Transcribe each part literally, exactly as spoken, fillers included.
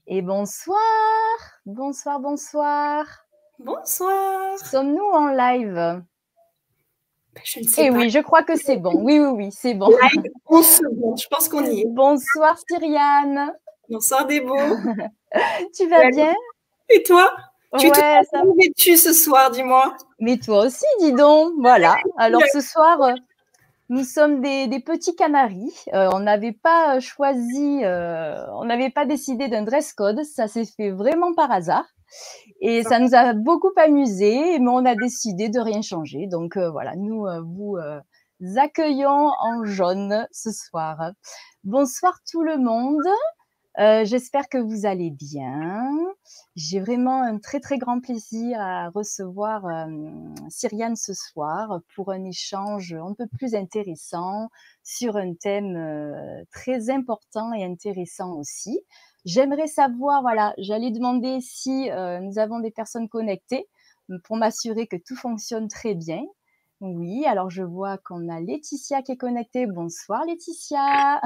Et bonsoir, bonsoir, bonsoir. Bonsoir. Sommes-nous en live? Je ne sais Eh pas. oui, je crois que c'est bon. Oui, oui, oui, c'est bon. Live, onze secondes, je pense qu'on y est. Bonsoir Cyriane. Bonsoir Débo. Tu vas Ouais. bien? Et toi? Tu te Ouais, ça... vêtue ce soir, dis-moi. Mais toi aussi, dis donc. Voilà. Alors ce soir, nous sommes des, des petits canaris. Euh, on n'avait pas choisi, euh, on n'avait pas décidé d'un dress code. Ça s'est fait vraiment par hasard. Et ça nous a beaucoup amusé, mais on a décidé de rien changer. Donc euh, voilà, nous euh, vous euh, accueillons en jaune ce soir. Bonsoir tout le monde. Euh, J'espère que vous allez bien. J'ai vraiment un très très grand plaisir à recevoir euh, Cyriane ce soir pour un échange un peu plus intéressant sur un thème euh, très important et intéressant aussi. J'aimerais savoir, voilà, j'allais demander si euh, nous avons des personnes connectées pour m'assurer que tout fonctionne très bien. Oui, alors je vois qu'on a Laetitia qui est connectée. Bonsoir Laetitia.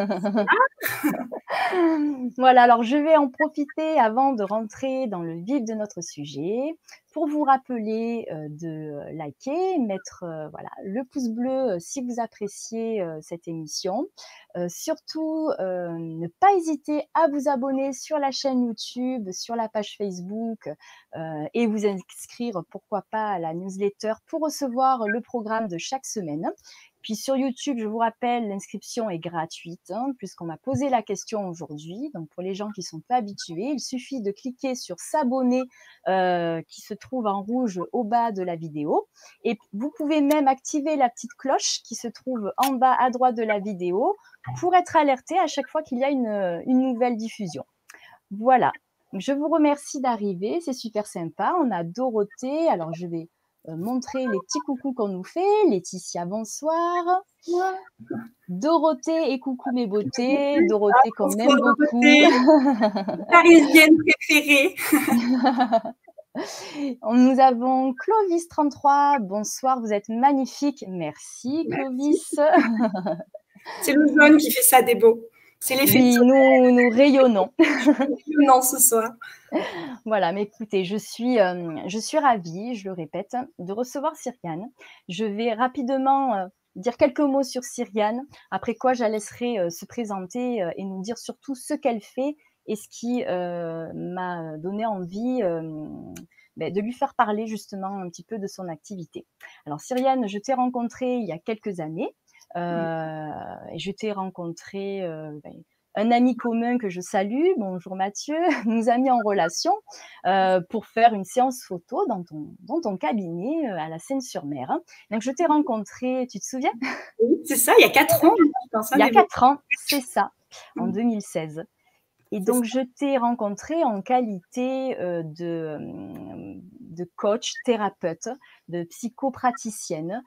Voilà, alors je vais en profiter avant de rentrer dans le vif de notre sujet pour vous rappeler euh, de liker, mettre euh, voilà, le pouce bleu euh, si vous appréciez euh, cette émission. Euh, surtout, euh, ne pas hésiter à vous abonner sur la chaîne YouTube, sur la page Facebook euh, et vous inscrire, pourquoi pas, à la newsletter pour recevoir le programme de chaque semaine. Puis sur YouTube, je vous rappelle, l'inscription est gratuite, hein, puisqu'on m'a posé la question aujourd'hui. Donc pour les gens qui sont pas habitués, il suffit de cliquer sur s'abonner euh, qui se trouve en rouge au bas de la vidéo. Et vous pouvez même activer la petite cloche qui se trouve en bas à droite de la vidéo pour être alerté à chaque fois qu'il y a une, une nouvelle diffusion. Voilà. Je vous remercie d'arriver, c'est super sympa. On a Dorothée, alors je vais montrer les petits coucous qu'on nous fait. Laetitia, bonsoir. Dorothée et coucou mes beautés. Dorothée qu'on Bonsoir, aime beaucoup. Dorothée. Parisienne préférée. Nous avons Clovis trente-trois. Bonsoir, vous êtes magnifique. Merci Clovis. C'est le jaune qui fait ça, Débo. C'est l'effet Oui, de nous, nous rayonnons. rayonnant ce soir. Voilà, mais écoutez, je suis, euh, je suis ravie, je le répète, de recevoir Cyriane. Je vais rapidement euh, dire quelques mots sur Cyriane, après quoi je la laisserai euh, se présenter euh, et nous dire surtout ce qu'elle fait et ce qui euh, m'a donné envie euh, ben, de lui faire parler justement un petit peu de son activité. Alors Cyriane, je t'ai rencontrée il y a quelques années euh, et je t'ai rencontrée... Euh, ben, un ami commun que je salue, bonjour Mathieu, nous a mis en relation euh, pour faire une séance photo dans ton, dans ton cabinet euh, à la Seine-sur-Mer. Donc je t'ai rencontré, tu te souviens? Oui, c'est ça, il y a quatre ans. Je pense, hein, Il y a Débo. quatre ans, c'est ça, en deux mille seize. Et donc, je t'ai rencontré en qualité euh, de, de coach, thérapeute, de psychopraticienne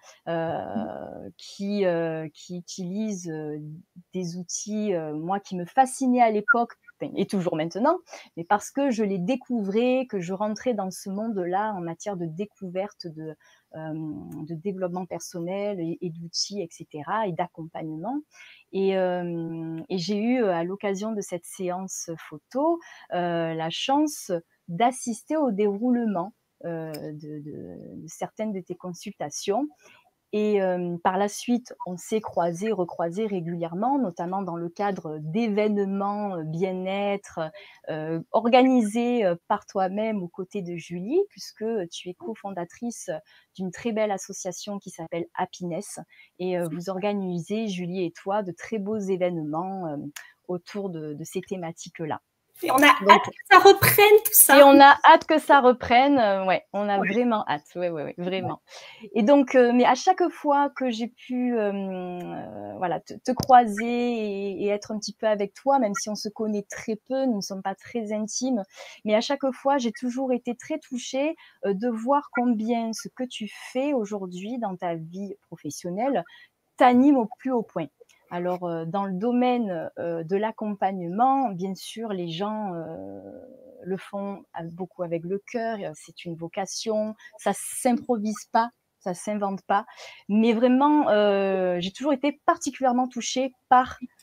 euh, qui, euh, qui utilise euh, des outils, euh, moi, qui me fascinaient à l'époque, et toujours maintenant, mais parce que je les découvrais, que je rentrais dans ce monde-là en matière de découverte, de, euh, de développement personnel et, et d'outils, et cetera, et d'accompagnement. Et, euh, et j'ai eu, à l'occasion de cette séance photo, euh, la chance d'assister au déroulement euh, de, de, de certaines de tes consultations. Et euh, par la suite, on s'est croisés, recroisés régulièrement, notamment dans le cadre d'événements bien-être euh, organisés par toi-même aux côtés de Julie, puisque tu es cofondatrice d'une très belle association qui s'appelle Happiness. Et euh, vous organisez, Julie et toi, de très beaux événements euh, autour de, de ces thématiques-là. Et on a Donc, hâte que ça reprenne tout ça. Et on a hâte que ça reprenne. Euh, ouais, on a ouais. vraiment hâte. Ouais, ouais, ouais, vraiment. Ouais. Et donc, euh, mais à chaque fois que j'ai pu, euh, euh, voilà, te, te croiser et, et être un petit peu avec toi, même si on se connaît très peu, nous ne sommes pas très intimes, mais à chaque fois, j'ai toujours été très touchée euh, de voir combien ce que tu fais aujourd'hui dans ta vie professionnelle t'anime au plus haut point. Alors, euh, dans le domaine euh, de l'accompagnement, bien sûr, les gens euh, le font beaucoup avec le cœur, c'est une vocation, ça s'improvise pas, ça s'invente pas. Mais vraiment, euh, j'ai toujours été particulièrement touchée par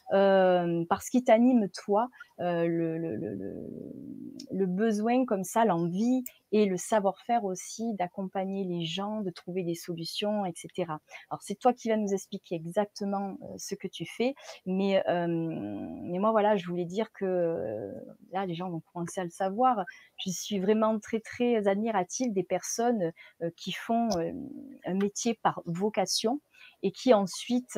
euh, par ce qui t'anime toi, euh, le, le, le, le, le besoin comme ça, l'envie et le savoir-faire aussi d'accompagner les gens, de trouver des solutions, et cetera. Alors, c'est toi qui vas nous expliquer exactement euh, ce que tu fais, mais, euh, mais moi, voilà, je voulais dire que euh, là, les gens vont commencer à le savoir. Je suis vraiment très, très admirative des personnes euh, qui font euh, un métier par vocation et qui ensuite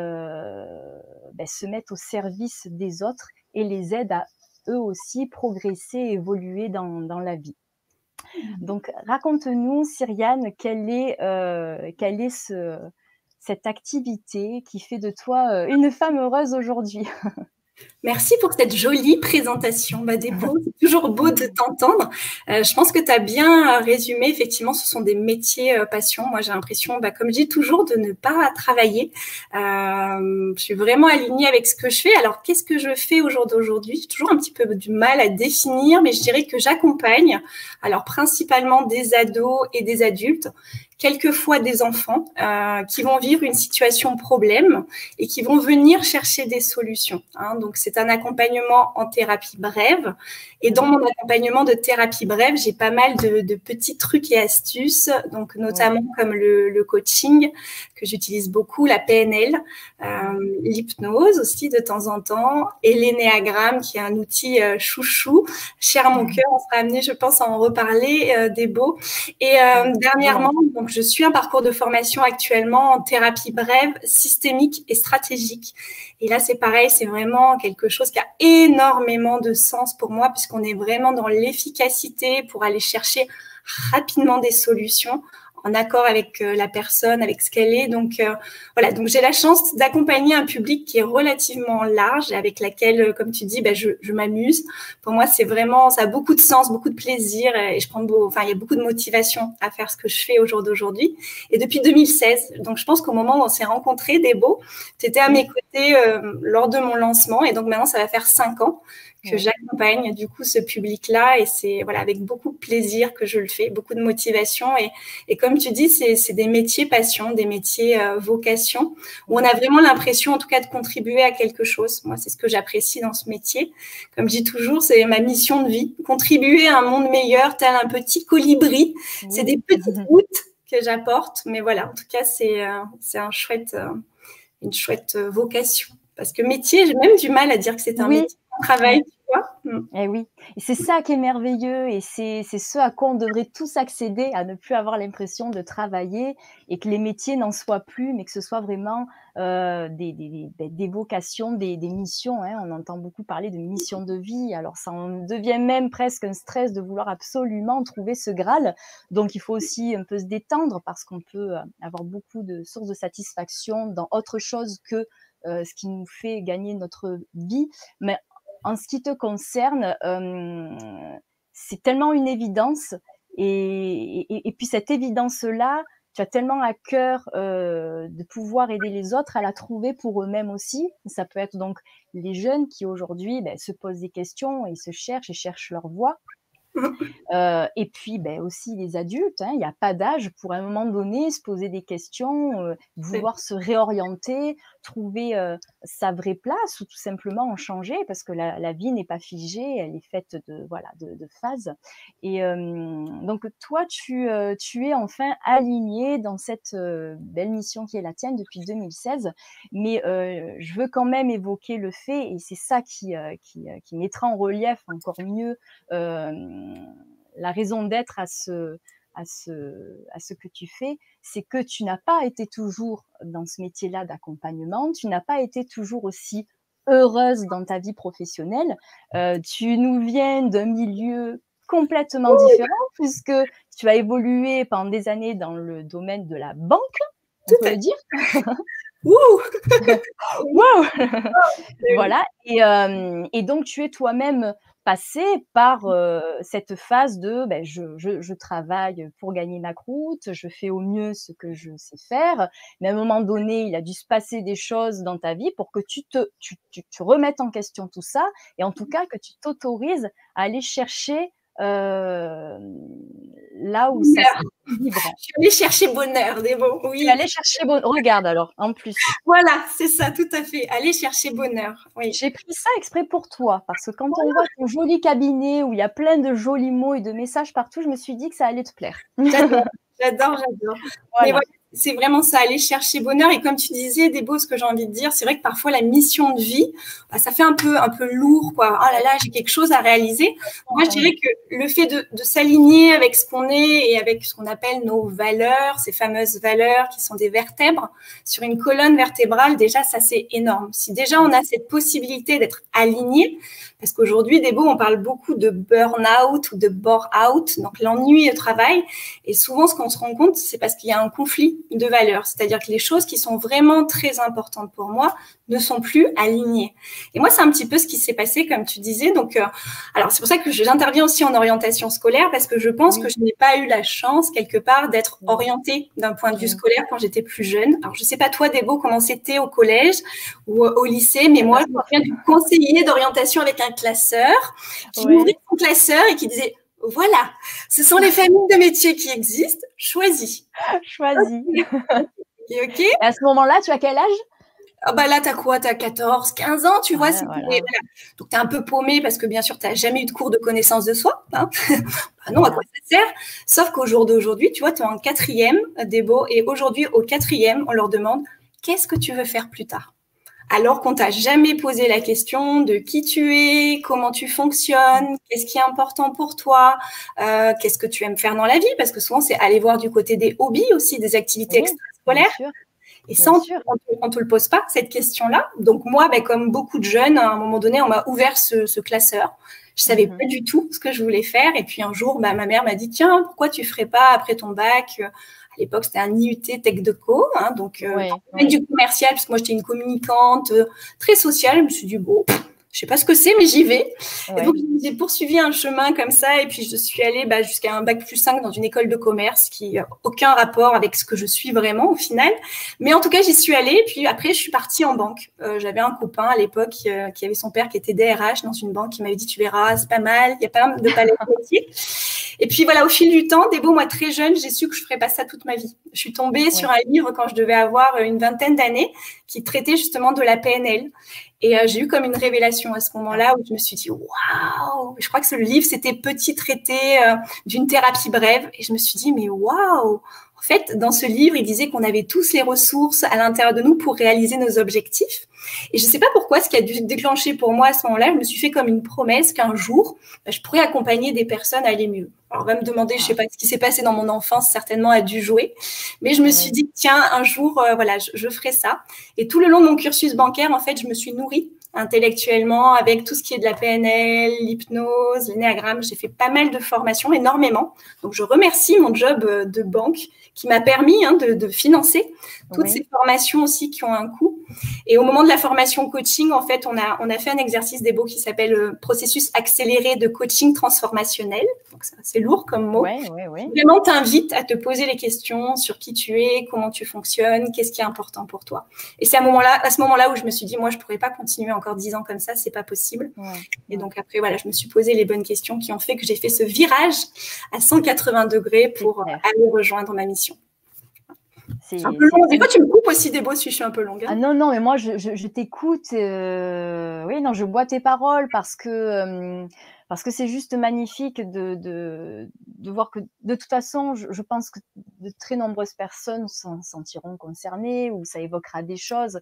euh, ben, se mettent au service des autres et les aident à eux aussi progresser, évoluer dans, dans la vie. Donc, raconte-nous, Cyriane, quelle est, euh, quelle est ce, cette activité qui fait de toi euh, une femme heureuse aujourd'hui? Merci pour cette jolie présentation, Madépo. C'est toujours beau de t'entendre. Euh, je pense que tu as bien résumé. Effectivement, ce sont des métiers euh, passion. Moi, j'ai l'impression, bah, comme je dis toujours, de ne pas travailler. Euh, je suis vraiment alignée avec ce que je fais. Alors, qu'est-ce que je fais au jour d'aujourd'hui? J'ai toujours un petit peu du mal à définir, mais je dirais que j'accompagne, alors principalement des ados et des adultes, quelquefois des enfants euh, qui vont vivre une situation problème et qui vont venir chercher des solutions. Hein. Donc, c'est un accompagnement en thérapie brève. Et dans mon accompagnement de thérapie brève, j'ai pas mal de, de petits trucs et astuces, donc notamment ouais. comme le, le coaching que j'utilise beaucoup, la P N L, euh, l'hypnose aussi de temps en temps, et l'énéagramme qui est un outil euh, chouchou, cher à mon cœur. On sera amené, je pense, à en reparler euh, des beaux. Et euh, dernièrement, donc je suis un parcours de formation actuellement en thérapie brève, systémique et stratégique. Et là, c'est pareil, c'est vraiment quelque chose qui a énormément de sens pour moi puisqu'on est vraiment dans l'efficacité pour aller chercher rapidement des solutions en accord avec euh, la personne, avec ce qu'elle est. Donc euh, voilà, donc j'ai la chance d'accompagner un public qui est relativement large, avec laquelle, euh, comme tu dis, bah, je, je m'amuse. Pour moi, c'est vraiment, ça a beaucoup de sens, beaucoup de plaisir, et je prends beau, enfin, il y a beaucoup de motivation à faire ce que je fais au jour d'aujourd'hui. Et depuis deux mille seize, donc je pense qu'au moment où on s'est rencontrés, Débo, tu étais à mes côtés euh, lors de mon lancement, et donc maintenant, ça va faire cinq ans que ouais. j'accompagne du coup ce public-là, et c'est voilà avec beaucoup de plaisir que je le fais, beaucoup de motivation, et, et comme tu dis, c'est, c'est des métiers passion, des métiers euh, vocation, où on a vraiment l'impression en tout cas de contribuer à quelque chose. Moi, c'est ce que j'apprécie dans ce métier. Comme je dis toujours, c'est ma mission de vie, contribuer à un monde meilleur, tel un petit colibri. Oui. C'est des petites gouttes que j'apporte, mais voilà, en tout cas, c'est, euh, c'est un chouette, euh, une chouette vocation. Parce que métier, j'ai même du mal à dire que c'est un oui. métier, un travail, tu vois. Mm. Eh oui, et c'est ça qui est merveilleux, et c'est, c'est ce à quoi on devrait tous accéder, à ne plus avoir l'impression de travailler, et que les métiers n'en soient plus, mais que ce soit vraiment euh, des, des, des, des vocations, des, des missions. Hein. On entend beaucoup parler de mission de vie, alors ça en devient même presque un stress de vouloir absolument trouver ce Graal. Donc il faut aussi un peu se détendre, parce qu'on peut avoir beaucoup de sources de satisfaction dans autre chose que Euh, ce qui nous fait gagner notre vie. Mais en ce qui te concerne, euh, c'est tellement une évidence, et, et, et puis cette évidence-là, tu as tellement à cœur euh, de pouvoir aider les autres à la trouver pour eux-mêmes aussi. Ça peut être donc les jeunes qui aujourd'hui ben, se posent des questions et se cherchent et cherchent leur voie. Euh, et puis ben, aussi les adultes, hein, il n'y a pas d'âge pour à un moment donné se poser des questions, euh, vouloir se réorienter, trouver euh, sa vraie place, ou tout simplement en changer, parce que la, la vie n'est pas figée, elle est faite de, voilà, de, de phases. Et euh, donc toi, tu, euh, tu es enfin aligné dans cette euh, belle mission qui est la tienne depuis deux mille seize, mais euh, je veux quand même évoquer le fait, et c'est ça qui, euh, qui, euh, qui mettra en relief encore mieux euh, la raison d'être à ce, à, ce, à ce que tu fais, c'est que tu n'as pas été toujours dans ce métier-là d'accompagnement, tu n'as pas été toujours aussi heureuse dans ta vie professionnelle, euh, tu nous viens d'un milieu complètement différent, puisque tu as évolué pendant des années dans le domaine de la banque, on peut le dire. Wouh wow Voilà, et, euh, et donc tu es toi-même passé par euh, cette phase de ben, je, je, je travaille pour gagner ma croûte, je fais au mieux ce que je sais faire, mais à un moment donné, il a dû se passer des choses dans ta vie pour que tu te tu, tu, tu remettes en question tout ça, et en tout cas que tu t'autorises à aller chercher euh, là où ça Bonheur. serait vibrant. Je suis allée chercher bonheur, Débo. Tu Oui. es allée chercher bonheur. Regarde alors, en plus. Voilà, c'est ça, tout à fait. Aller chercher bonheur. Oui. J'ai pris ça exprès pour toi, parce que quand on voit ton joli cabinet où il y a plein de jolis mots et de messages partout, je me suis dit que ça allait te plaire. J'adore, j'adore, j'adore. Voilà. Mais voilà, c'est vraiment ça, aller chercher bonheur. Et comme tu disais, Débo, ce que j'ai envie de dire, c'est vrai que parfois la mission de vie, bah, ça fait un peu, un peu lourd, quoi. Oh là là, j'ai quelque chose à réaliser. Moi, je dirais que le fait de, de s'aligner avec ce qu'on est et avec ce qu'on appelle nos valeurs, ces fameuses valeurs qui sont des vertèbres, sur une colonne vertébrale, déjà, ça, c'est énorme. Si déjà on a cette possibilité d'être aligné, parce qu'aujourd'hui, Débo, on parle beaucoup de burn-out ou de bore-out, donc l'ennui au travail. Et souvent, ce qu'on se rend compte, c'est parce qu'il y a un conflit de valeurs. C'est-à-dire que les choses qui sont vraiment très importantes pour moi ne sont plus alignées. Et moi, c'est un petit peu ce qui s'est passé, comme tu disais. Donc, euh, alors, c'est pour ça que j'interviens aussi en orientation scolaire, parce que je pense oui. que je n'ai pas eu la chance, quelque part, d'être oui. orientée d'un point de vue oui. scolaire quand j'étais plus jeune. Alors, je sais pas, toi, Débo, comment c'était au collège ou au lycée, mais moi, je me souviens du conseiller d'orientation avec un classeur qui ouais. ouvrait son classeur et qui disait voilà, ce sont les familles de métiers qui existent, choisis. Choisis. Et, okay. Et à ce moment-là, tu as quel âge? Ah bah là, tu as quoi? Tu as quatorze, quinze ans, tu vois. Ouais, voilà. Voilà. Donc, tu es un peu paumé parce que, bien sûr, tu n'as jamais eu de cours de connaissance de soi. Hein. Bah non, à quoi ça sert? Sauf qu'au jour d'aujourd'hui, tu vois, tu es en quatrième, Débo, et aujourd'hui, au quatrième, on leur demande qu'est-ce que tu veux faire plus tard? Alors qu'on t'a jamais posé la question de qui tu es, comment tu fonctionnes, qu'est-ce qui est important pour toi, euh, qu'est-ce que tu aimes faire dans la vie, parce que souvent c'est aller voir du côté des hobbies aussi, des activités oui, extrascolaires. Et ça, on ne te le pose pas, cette question-là. Donc moi, ben, comme beaucoup de jeunes, à un moment donné, on m'a ouvert ce, ce classeur. Je savais mm-hmm. pas du tout ce que je voulais faire. Et puis un jour, ben, ma mère m'a dit, tiens, pourquoi tu ferais pas après ton bac? À l'époque, c'était un I U T Tech Deco, hein, donc euh, ouais, ouais. du commercial, parce que moi, j'étais une communicante euh, très sociale. Je me suis dit, bon, pff, je sais pas ce que c'est, mais j'y vais. Ouais. Et donc, j'ai poursuivi un chemin comme ça, et puis je suis allée bah, jusqu'à un bac plus cinq dans une école de commerce qui n'a aucun rapport avec ce que je suis vraiment au final. Mais en tout cas, j'y suis allée, puis après, je suis partie en banque. Euh, J'avais un copain à l'époque euh, qui avait son père qui était D R H dans une banque, qui m'avait dit, tu verras, c'est pas mal, il y a pas mal de palettes de métiers. Et puis voilà, au fil du temps, Débo, moi très jeune, j'ai su que je ferais pas ça toute ma vie. Je suis tombée ouais. sur un livre quand je devais avoir une vingtaine d'années qui traitait justement de la P N L. Et euh, j'ai eu comme une révélation à ce moment-là où je me suis dit waouh. Je crois que ce livre c'était Petit traité euh, d'une thérapie brève. Et je me suis dit mais waouh. En fait, dans ce livre, il disait qu'on avait tous les ressources à l'intérieur de nous pour réaliser nos objectifs. Et je ne sais pas pourquoi, ce qui a dû déclencher pour moi à ce moment-là, je me suis fait comme une promesse qu'un jour, bah, je pourrais accompagner des personnes à aller mieux. Alors, on va me demander, je ne sais pas ce qui s'est passé dans mon enfance, certainement a dû jouer. Mais je me suis dit, tiens, un jour, euh, voilà, je, je ferai ça. Et tout le long de mon cursus bancaire, en fait, je me suis nourrie intellectuellement avec tout ce qui est de la P N L, l'hypnose, l'énéagramme. J'ai fait pas mal de formations, énormément. Donc, je remercie mon job de banque qui m'a permis hein, de, de financer toutes oui. ces formations aussi qui ont un coût. Et au moment de la formation coaching, en fait, on a, on a fait un exercice Débo qui s'appelle le processus accéléré de coaching transformationnel. Donc, c'est lourd comme mot. Ouais, ouais, ouais. Vraiment, t'invite à te poser les questions sur qui tu es, comment tu fonctionnes, qu'est-ce qui est important pour toi. Et c'est à, moment-là, à ce moment-là où je me suis dit, moi, je ne pourrais pas continuer encore dix ans comme ça, c'est pas possible. Ouais, et ouais. donc, après, voilà, je me suis posé les bonnes questions qui ont fait que j'ai fait ce virage à cent quatre-vingts degrés pour aller rejoindre ma mission. C'est un peu long. Des fois, tu me coupes aussi, Débo, si je suis un peu longue. Hein. Ah non, non, mais moi, je, je, je t'écoute. Euh... Oui, non, je bois tes paroles parce que euh, parce que c'est juste magnifique de, de, de voir que, de toute façon, je, je pense que de très nombreuses personnes s'en sentiront concernées ou ça évoquera des choses.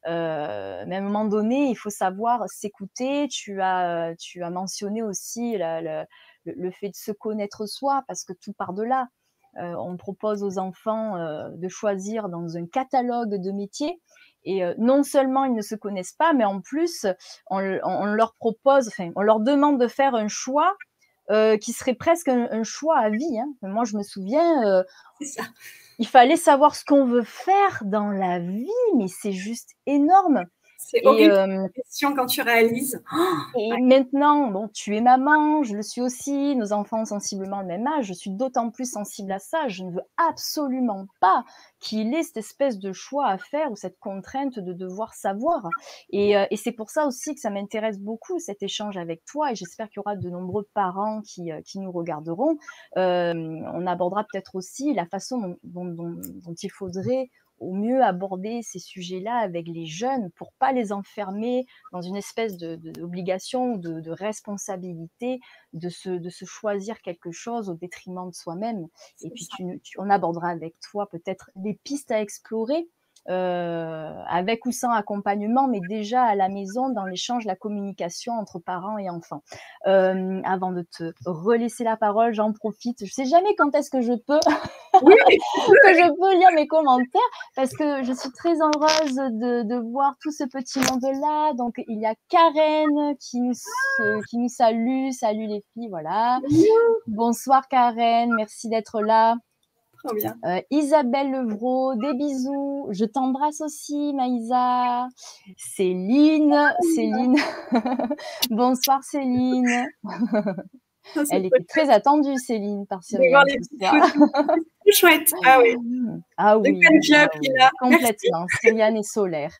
Euh, mais à un moment donné, il faut savoir s'écouter. Tu as, tu as mentionné aussi la, la, le, le fait de se connaître soi parce que tout part de là. Euh, on propose aux enfants euh, de choisir dans un catalogue de métiers et euh, non seulement ils ne se connaissent pas, mais en plus on, on leur propose, enfin on leur demande de faire un choix euh, qui serait presque un, un choix à vie. Hein. Moi je me souviens, euh, c'est ça. Il fallait savoir ce qu'on veut faire dans la vie, mais c'est juste énorme. C'est horrible, euh, question quand tu réalises. Oh, et ouais. Maintenant, bon, tu es maman, je le suis aussi, nos enfants ont sensiblement le même âge, je suis d'autant plus sensible à ça, je ne veux absolument pas qu'il ait cette espèce de choix à faire ou cette contrainte de devoir savoir. Et, euh, et c'est pour ça aussi que ça m'intéresse beaucoup, cet échange avec toi, et j'espère qu'il y aura de nombreux parents qui, euh, qui nous regarderont. Euh, on abordera peut-être aussi la façon dont, dont, dont, dont il faudrait au mieux aborder ces sujets-là avec les jeunes pour pas les enfermer dans une espèce de, de, d'obligation, de, de responsabilité, de se, de se choisir quelque chose au détriment de soi-même. Et puis, tu, tu, on abordera avec toi peut-être des pistes à explorer, euh, avec ou sans accompagnement, mais déjà à la maison, dans l'échange, la communication entre parents et enfants. Euh, avant de te relaisser la parole, j'en profite. Je sais jamais quand est-ce que je peux, oui, que je peux lire mes commentaires, parce que je suis très heureuse de, de voir tout ce petit monde-là. Donc, il y a Karen qui nous, euh, qui nous salue. Salut les filles, voilà. Bonsoir Karen, merci d'être là. Trop bien. Euh, Isabelle Levrault, des bisous. Je t'embrasse aussi, Maïsa. Céline, Céline. Bonsoir, Céline. Ça, elle était très attendue, Céline, par Cyriane ce soir. C'est chouette. Ah oui. Ah oui, ah oui. Complètement. Cyriane est solaire.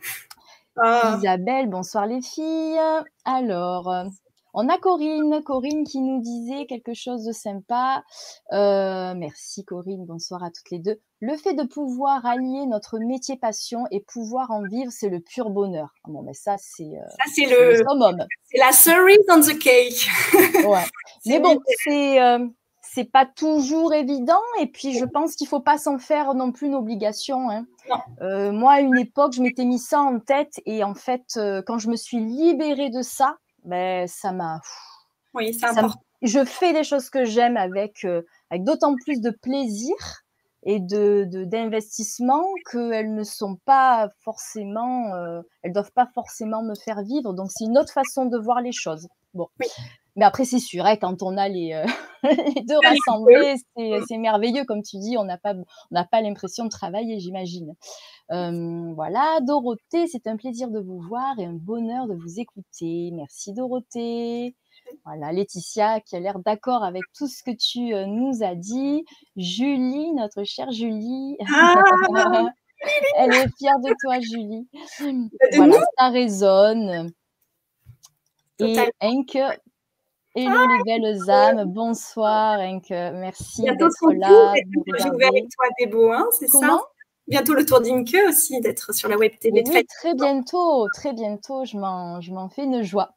Ah. Isabelle, bonsoir les filles. Alors, on a Corinne, Corinne qui nous disait quelque chose de sympa. Euh, merci Corinne, bonsoir à toutes les deux. Le fait de pouvoir allier notre métier passion et pouvoir en vivre, c'est le pur bonheur. Bon, mais ça, c'est euh, ça, c'est le, le summum. C'est la cerise on the cake. Ouais. Mais bon, c'est euh, c'est pas toujours évident. Et puis, je pense qu'il faut pas s'en faire non plus une obligation. Hein. Non. Euh, moi, à une époque, je m'étais mis ça en tête. Et en fait, euh, quand je me suis libérée de ça, ben, ça m'a... Oui, c'est important. Je fais des choses que j'aime avec, euh, avec d'autant plus de plaisir et de, de, d'investissement qu'elles ne sont pas forcément... Euh, elles doivent pas forcément me faire vivre. Donc, c'est une autre façon de voir les choses. Bon. Oui. Mais après, c'est sûr, hein, quand on a les, euh, les deux rassemblés, c'est, c'est merveilleux. Comme tu dis, on n'a pas, on n'a pas l'impression de travailler, j'imagine. Euh, voilà, Dorothée, c'est un plaisir de vous voir et un bonheur de vous écouter. Merci Dorothée. Voilà, Laetitia qui a l'air d'accord avec tout ce que tu euh, nous as dit. Julie, notre chère Julie. Ah Elle est fière de toi, Julie. De voilà, nous ça résonne. Total. Et Henk, hello ah, les belles âmes, bonsoir Henk, merci bientôt d'être là. J'ai ouvert avec toi des beaux, hein, c'est ça? Bientôt le tour d'Inke aussi, d'être sur la web T V. Oui, oui très bientôt, très bientôt, je m'en, je m'en fais une joie.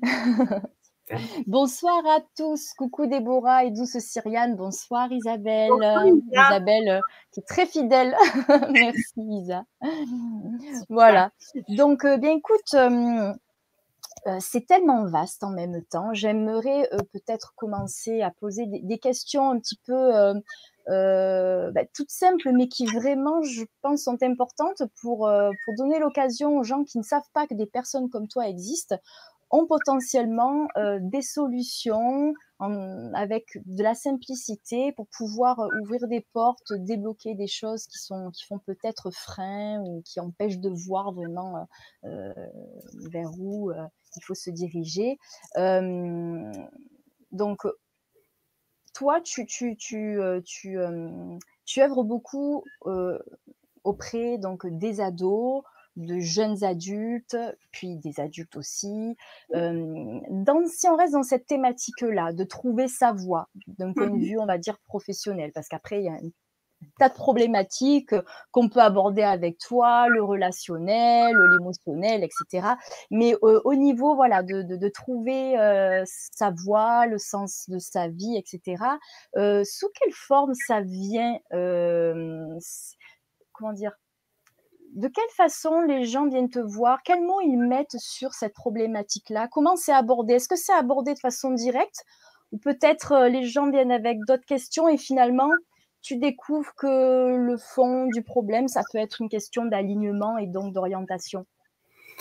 Bonsoir à tous, coucou Déborah et douce Cyriane, bonsoir Isabelle. Bonsoir, Isa. Isabelle qui est très fidèle, merci Isa. Voilà, donc euh, bien écoute, euh, euh, c'est tellement vaste en même temps, j'aimerais euh, peut-être commencer à poser des, des questions un petit peu euh, euh, bah, toutes simples, mais qui vraiment, je pense, sont importantes pour, euh, pour donner l'occasion aux gens qui ne savent pas que des personnes comme toi existent, ont potentiellement euh, des solutions en, avec de la simplicité pour pouvoir euh, ouvrir des portes, débloquer des choses qui, sont, qui font peut-être frein ou qui empêchent de voir vraiment euh, vers où euh, il faut se diriger. Euh, donc, toi, tu, tu, tu, tu, euh, tu œuvres beaucoup euh, auprès donc, des ados, de jeunes adultes, puis des adultes aussi. Euh, dans, si on reste dans cette thématique-là, de trouver sa voie d'un point de vue, on va dire, professionnel, parce qu'après, il y a un tas de problématiques qu'on peut aborder avec toi, le relationnel, l'émotionnel, et cetera. Mais euh, au niveau, voilà, de, de, de trouver euh, sa voie, le sens de sa vie, et cetera. Euh, sous quelle forme ça vient euh, comment dire, de quelle façon les gens viennent te voir? Quels mots ils mettent sur cette problématique-là? Comment c'est abordé? Est-ce que c'est abordé de façon directe? Ou peut-être euh, les gens viennent avec d'autres questions et finalement, tu découvres que le fond du problème, ça peut être une question d'alignement et donc d'orientation?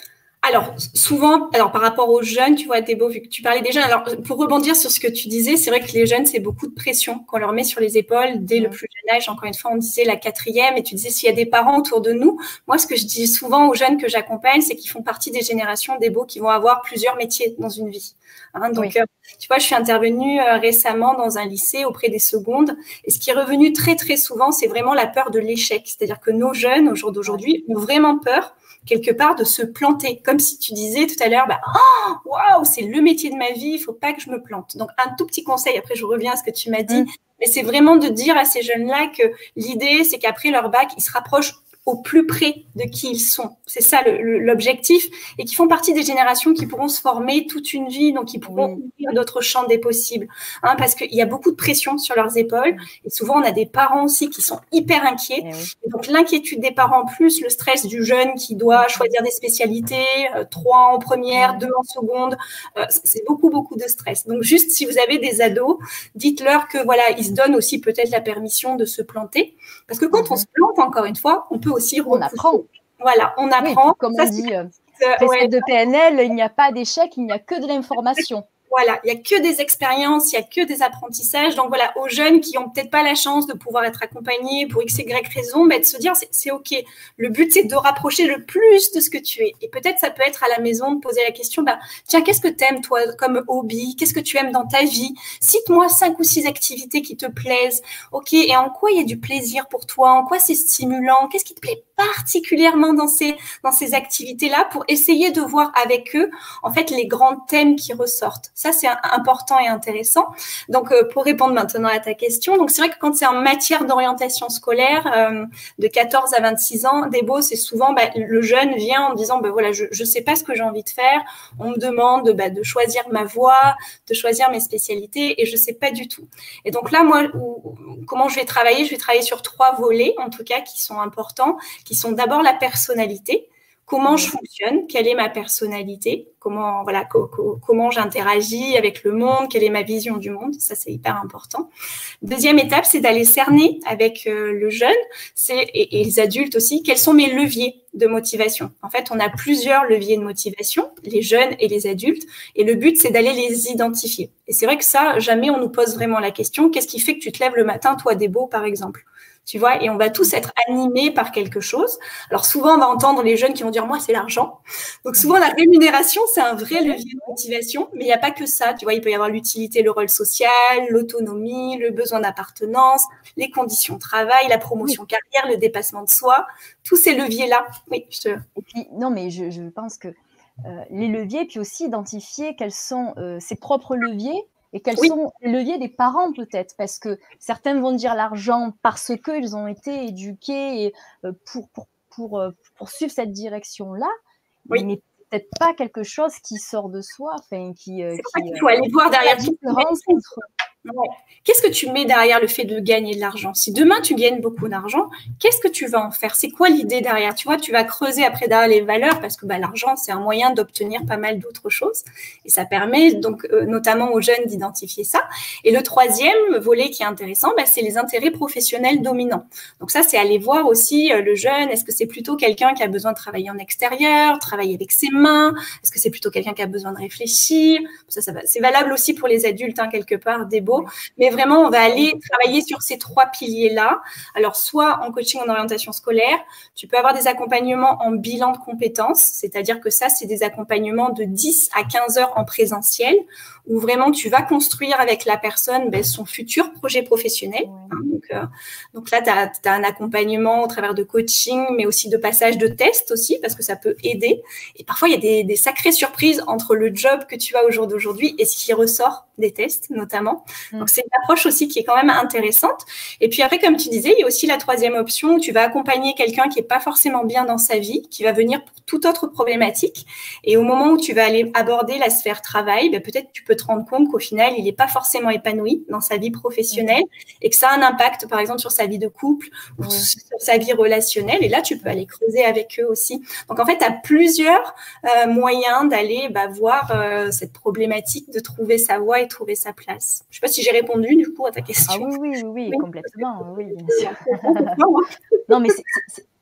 Alors, souvent, alors par rapport aux jeunes, tu vois, Débo, vu que tu parlais des jeunes, alors pour rebondir sur ce que tu disais, c'est vrai que les jeunes, c'est beaucoup de pression qu'on leur met sur les épaules dès mmh. le plus jeune âge. Encore une fois, on disait la quatrième, et tu disais s'il y a des parents autour de nous. Moi, ce que je dis souvent aux jeunes que j'accompagne, c'est qu'ils font partie des générations Débo qui vont avoir plusieurs métiers dans une vie. Hein, donc, oui. euh, tu vois, je suis intervenue euh, récemment dans un lycée auprès des secondes, et ce qui est revenu très, très souvent, c'est vraiment la peur de l'échec. C'est-à-dire que nos jeunes, au jour d'aujourd'hui, ont vraiment peur quelque part de se planter, comme si tu disais tout à l'heure, bah, oh, waouh, c'est le métier de ma vie, il faut pas que je me plante. Donc, un tout petit conseil, après je reviens à ce que tu m'as dit, mmh. mais c'est vraiment de dire à ces jeunes-là que l'idée, c'est qu'après leur bac, ils se rapprochent au plus près de qui ils sont. C'est ça le, le, l'objectif, et qui font partie des générations qui pourront se former toute une vie, donc ils pourront oui. ouvrir d'autres champs des possibles, hein, parce qu'il y a beaucoup de pression sur leurs épaules, et souvent on a des parents aussi qui sont hyper inquiets, et oui. et donc l'inquiétude des parents plus le stress du jeune qui doit choisir des spécialités, euh, trois en première, deux en seconde, euh, c'est beaucoup beaucoup de stress. Donc juste si vous avez des ados, dites-leur que voilà, ils se donnent aussi peut-être la permission de se planter, parce que quand mm-hmm. on se plante, encore une fois, on peut aussi on apprend. Voilà, on apprend. Oui, comme ça, on dit, euh, précepte ouais. de P N L, il n'y a pas d'échec, il n'y a que de l'information. Voilà, il n'y a que des expériences, il n'y a que des apprentissages. Donc voilà, aux jeunes qui n'ont peut-être pas la chance de pouvoir être accompagnés pour X, Y raison, bah, de se dire, c'est, c'est OK. Le but, c'est de rapprocher le plus de ce que tu es. Et peut-être, ça peut être à la maison de poser la question, bah, tiens, qu'est-ce que tu aimes, toi, comme hobby? Qu'est-ce que tu aimes dans ta vie? Cite-moi cinq ou six activités qui te plaisent. OK, et en quoi il y a du plaisir pour toi? En quoi c'est stimulant? Qu'est-ce qui te plaît particulièrement dans ces, dans ces activités-là pour essayer de voir avec eux, en fait, les grands thèmes qui ressortent. Ça, c'est important et intéressant. Donc, euh, pour répondre maintenant à ta question, donc c'est vrai que quand c'est en matière d'orientation scolaire, euh, de quatorze à vingt-six ans, Débo, c'est souvent, bah, le jeune vient en disant, bah, voilà, je ne sais pas ce que j'ai envie de faire. On me demande bah, de choisir ma voie, de choisir mes spécialités, et je ne sais pas du tout. Et donc là, moi, où, comment je vais travailler? Je vais travailler sur trois volets, en tout cas, qui sont importants, qui sont d'abord la personnalité. Comment je fonctionne, quelle est ma personnalité, comment voilà co- co- comment j'interagis avec le monde, quelle est ma vision du monde, ça c'est hyper important. Deuxième étape, c'est d'aller cerner avec euh, le jeune, c'est et, et les adultes aussi, quels sont mes leviers de motivation. En fait, on a plusieurs leviers de motivation, les jeunes et les adultes, et le but c'est d'aller les identifier. Et c'est vrai que ça, jamais on nous pose vraiment la question, qu'est-ce qui fait que tu te lèves le matin, toi Débo par exemple? Tu vois, et on va tous être animés par quelque chose. Alors souvent, on va entendre les jeunes qui vont dire « moi, c'est l'argent ». Donc souvent, la rémunération, c'est un vrai levier de motivation, mais il n'y a pas que ça. Tu vois, il peut y avoir l'utilité, le rôle social, l'autonomie, le besoin d'appartenance, les conditions de travail, la promotion oui. carrière, le dépassement de soi, tous ces leviers-là. Oui, je te... Et puis, non, mais je, je pense que euh, les leviers, puis aussi identifier quels sont euh, ses propres leviers, et quels oui. sont les leviers des parents peut-être, parce que certains vont dire l'argent parce qu'ils ont été éduqués pour, pour, pour, pour suivre cette direction-là, oui. mais peut-être pas quelque chose qui sort de soi. Enfin, qui, c'est qui, il faut euh, aller voir derrière la différence entre... Ouais. Qu'est-ce que tu mets derrière le fait de gagner de l'argent? Si demain tu gagnes beaucoup d'argent, qu'est-ce que tu vas en faire? C'est quoi l'idée derrière? Tu vois, tu vas creuser après derrière les valeurs parce que bah, l'argent, c'est un moyen d'obtenir pas mal d'autres choses. Et ça permet donc euh, notamment aux jeunes d'identifier ça. Et le troisième volet qui est intéressant, bah, c'est les intérêts professionnels dominants. Donc ça, c'est aller voir aussi euh, le jeune. Est-ce que c'est plutôt quelqu'un qui a besoin de travailler en extérieur, travailler avec ses mains? Est-ce que c'est plutôt quelqu'un qui a besoin de réfléchir? Ça, ça va. C'est valable aussi pour les adultes, hein, quelque part, des beaux. Mais vraiment, on va aller travailler sur ces trois piliers-là. Alors, soit en coaching en orientation scolaire, tu peux avoir des accompagnements en bilan de compétences, c'est-à-dire que ça, c'est des accompagnements de dix à quinze heures en présentiel, où vraiment tu vas construire avec la personne ben, son futur projet professionnel. Hein, donc, euh, donc là, tu as un accompagnement au travers de coaching, mais aussi de passage de tests aussi, parce que ça peut aider. Et parfois, il y a des, des sacrées surprises entre le job que tu as au jour d'aujourd'hui et ce qui ressort des tests, notamment. Mmh. Donc, c'est une approche aussi qui est quand même intéressante. Et puis après, comme tu disais, il y a aussi la troisième option où tu vas accompagner quelqu'un qui n'est pas forcément bien dans sa vie, qui va venir pour toute autre problématique. Et au moment où tu vas aller aborder la sphère travail, ben, peut-être tu peux te rendre compte qu'au final, il n'est pas forcément épanoui dans sa vie professionnelle mmh. et que ça a un impact, par exemple, sur sa vie de couple ou mmh. sur sa vie relationnelle. Et là, tu peux aller creuser avec eux aussi. Donc, en fait, tu as plusieurs euh, moyens d'aller bah, voir euh, cette problématique, de trouver sa voie et trouver sa place. Je ne sais pas si j'ai répondu, du coup, à ta question. Ah oui, oui, oui, oui, oui. complètement, oui, bien sûr. Non, mais c'est...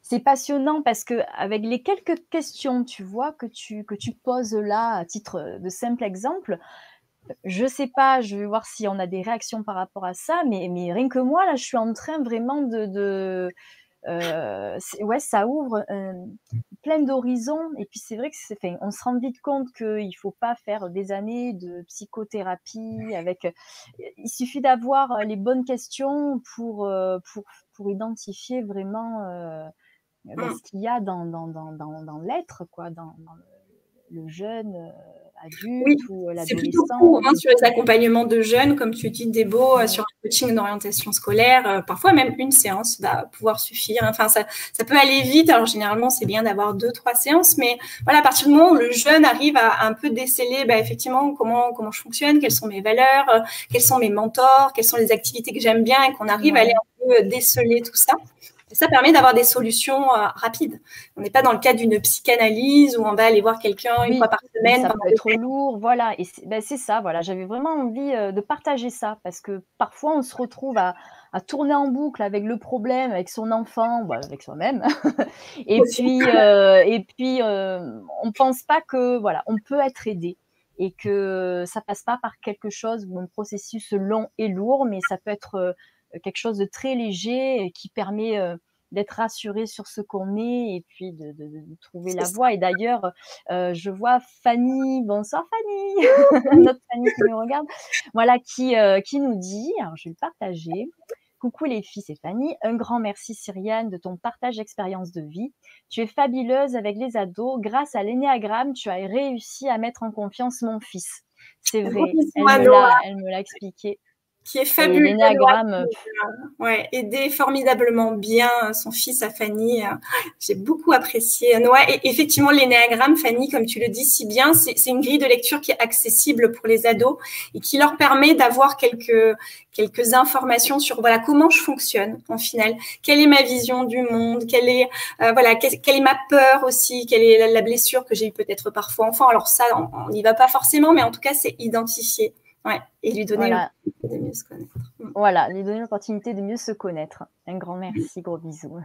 c'est passionnant parce qu'avec les quelques questions, tu vois, que tu que tu poses là, à titre de simple exemple, je sais pas, je vais voir si on a des réactions par rapport à ça, mais mais rien que moi, là, je suis en train vraiment de de heu, c'est ouais, ça ouvre, heu, plein d'horizons et puis c'est vrai que c'est enfin, on se rend vite compte qu'il faut pas faire des années de psychothérapie avec, heu, il suffit d'avoir les bonnes questions pour, heu, pour pour identifier vraiment, heu, bah, Mmh. ce qu'il y a dans dans dans dans dans l'être quoi, dans dans le le jeune, heu, adulte Oui, ou c'est plutôt court, l'adolescent hein, et sur les puis accompagnements de jeunes, comme tu dis, Débo, heu, ouais. sur un coaching d'orientation scolaire, heu, parfois même une séance va pouvoir suffire. Enfin, ça ça peut aller vite. Alors généralement, c'est bien d'avoir deux trois séances, mais voilà, à partir du moment où le jeune arrive à à un peu déceler, bah, effectivement, comment comment je fonctionne, quelles sont mes valeurs, heu, quels sont mes mentors, quelles sont les activités que j'aime bien et qu'on arrive à aller Ouais. un peu déceler tout ça. Et ça permet d'avoir des solutions, heu, rapides. On n'est pas dans le cadre d'une psychanalyse où on va aller voir quelqu'un une fois Oui, par où semaine ça pendant peut des être lourd, voilà et c'est bah, c'est ça, voilà, j'avais vraiment envie, heu, de partager ça parce que parfois on se retrouve à à tourner en boucle avec le problème, avec son enfant, bah, avec soi-même et aussi. puis, heu et puis, heu, on pense pas que, voilà, on peut être aidé et que ça passe pas par quelque chose ou un processus long et lourd, mais ça peut être, heu, quelque chose de très léger et qui permet, heu, d'être rassuré sur ce qu'on est et puis de de de trouver C'est la ça. voie et d'ailleurs, heu, je vois Fanny, bonsoir Fanny, Oui. notre Fanny qui nous regarde, voilà qui, heu, qui nous dit, alors je vais le partager: «Coucou les filles, c'est Fanny. Un grand merci Cyriane de ton partage d'expérience de vie. Tu es fabuleuse avec les ados. Grâce à l'énéagramme, tu as réussi à mettre en confiance mon fils». C'est Un gros vrai, bisou elle à me Noah, l'a elle me l'a expliqué qui est et fabuleux, Noah, l'énéagramme, qui nous a ouais, aidé formidablement bien son fils à Fanny. J'ai beaucoup apprécié Noah. Et effectivement, l'énéagramme, Fanny, comme tu le dis si bien, c'est, c'est une grille de lecture qui est accessible pour les ados et qui leur permet d'avoir quelques, quelques informations sur voilà comment je fonctionne en final, quelle est ma vision du monde, quelle est euh, voilà quelle, quelle est ma peur aussi, quelle est la, la blessure que j'ai eu peut-être parfois enfant. Alors ça, on n'y va pas forcément, mais en tout cas, c'est identifié. Ouais, et lui donner voilà. l'opportunité de mieux se connaître. Voilà, lui donner l'opportunité de mieux se connaître. Un grand merci, gros bisous.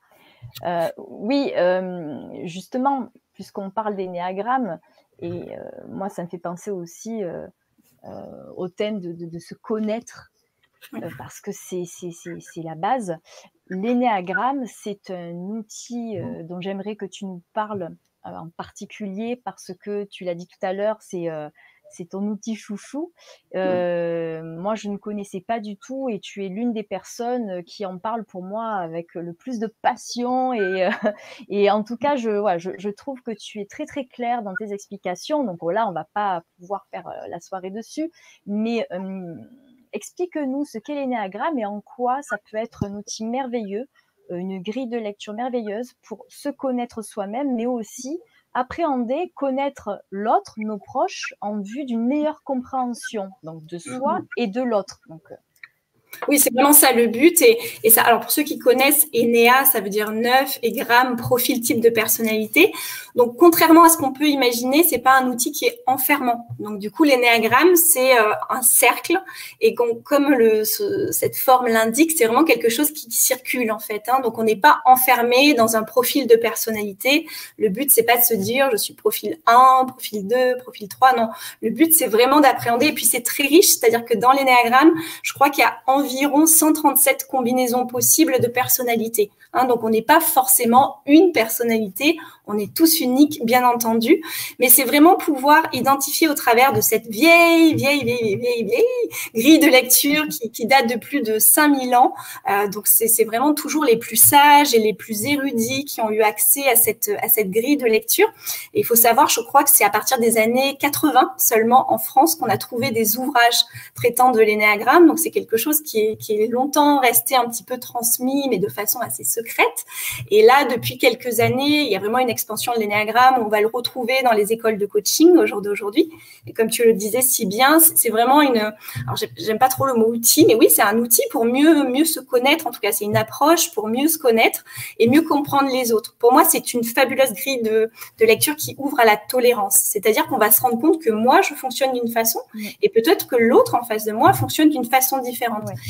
Heu, oui, hem, justement, puisqu'on parle d'énéagramme et heu, moi ça me fait penser aussi, heu heu, au thème de de de se connaître, Oui. heu, parce que c'est c'est c'est c'est la base. L'énéagramme, c'est un outil, heu, dont j'aimerais que tu nous parles, heu, en particulier parce que tu l'as dit tout à l'heure, c'est, heu, c'est ton outil chouchou. Oui. Heu, moi, je ne connaissais pas du tout et tu es l'une des personnes, qui en parle pour moi avec le plus de passion et heu et en tout cas, je voilà, je je trouve que tu es très, très claire dans tes explications. Donc là, on va pas pouvoir faire, heu, la soirée dessus, mais hem, explique-nous ce qu'est l'énéagramme et en quoi ça peut être un outil merveilleux, heu, une grille de lecture merveilleuse pour se connaître soi-même, mais aussi appréhender, connaître l'autre, nos proches, en vue d'une meilleure compréhension, donc de soi Mhm. et de l'autre. Donc, heu, Oui, c'est vraiment ça le but. Et, et ça, alors pour ceux qui connaissent, Enéa, ça veut dire neuf et gramme, profil type de personnalité. Donc, contrairement à ce qu'on peut imaginer, c'est pas un outil qui est enfermant. Donc, du coup, l'énéagramme, c'est euh, un cercle. Et qu'on, comme le, ce, cette forme l'indique, c'est vraiment quelque chose qui circule, en fait. Hein. Donc, on n'est pas enfermé dans un profil de personnalité. Le but, c'est pas de se dire, je suis profil un, profil deux, profil trois. Non. Le but, c'est vraiment d'appréhender. Et puis, c'est très riche. C'est-à-dire que dans l'énéagramme, je crois qu'il y a environ cent trente-sept combinaisons possibles de personnalités. Hein, donc, on n'est pas forcément une personnalité, on est tous uniques, bien entendu, mais c'est vraiment pouvoir identifier au travers de cette vieille, vieille, vieille, vieille, vieille grille de lecture qui, qui date de plus de cinq mille ans. Euh, donc, c'est, c'est vraiment toujours les plus sages et les plus érudits qui ont eu accès à cette, à cette grille de lecture. Et il faut savoir, je crois que c'est à partir des années quatre-vingts seulement en France qu'on a trouvé des ouvrages traitant de l'énéagramme. Donc, c'est quelque chose qui est, qui est longtemps resté un petit peu transmis, mais de façon assez secrète. Et là, depuis quelques années, il y a vraiment une expansion de l'énéagramme. On va le retrouver dans les écoles de coaching au jour d'aujourd'hui. Et comme tu le disais si bien, c'est vraiment une... Alors, j'aime pas trop le mot outil, mais oui, c'est un outil pour mieux, mieux se connaître. En tout cas, c'est une approche pour mieux se connaître et mieux comprendre les autres. Pour moi, c'est une fabuleuse grille de, de lecture qui ouvre à la tolérance. C'est-à-dire qu'on va se rendre compte que moi, je fonctionne d'une façon ouais, et peut-être que l'autre en face de moi fonctionne d'une façon différente. ouais.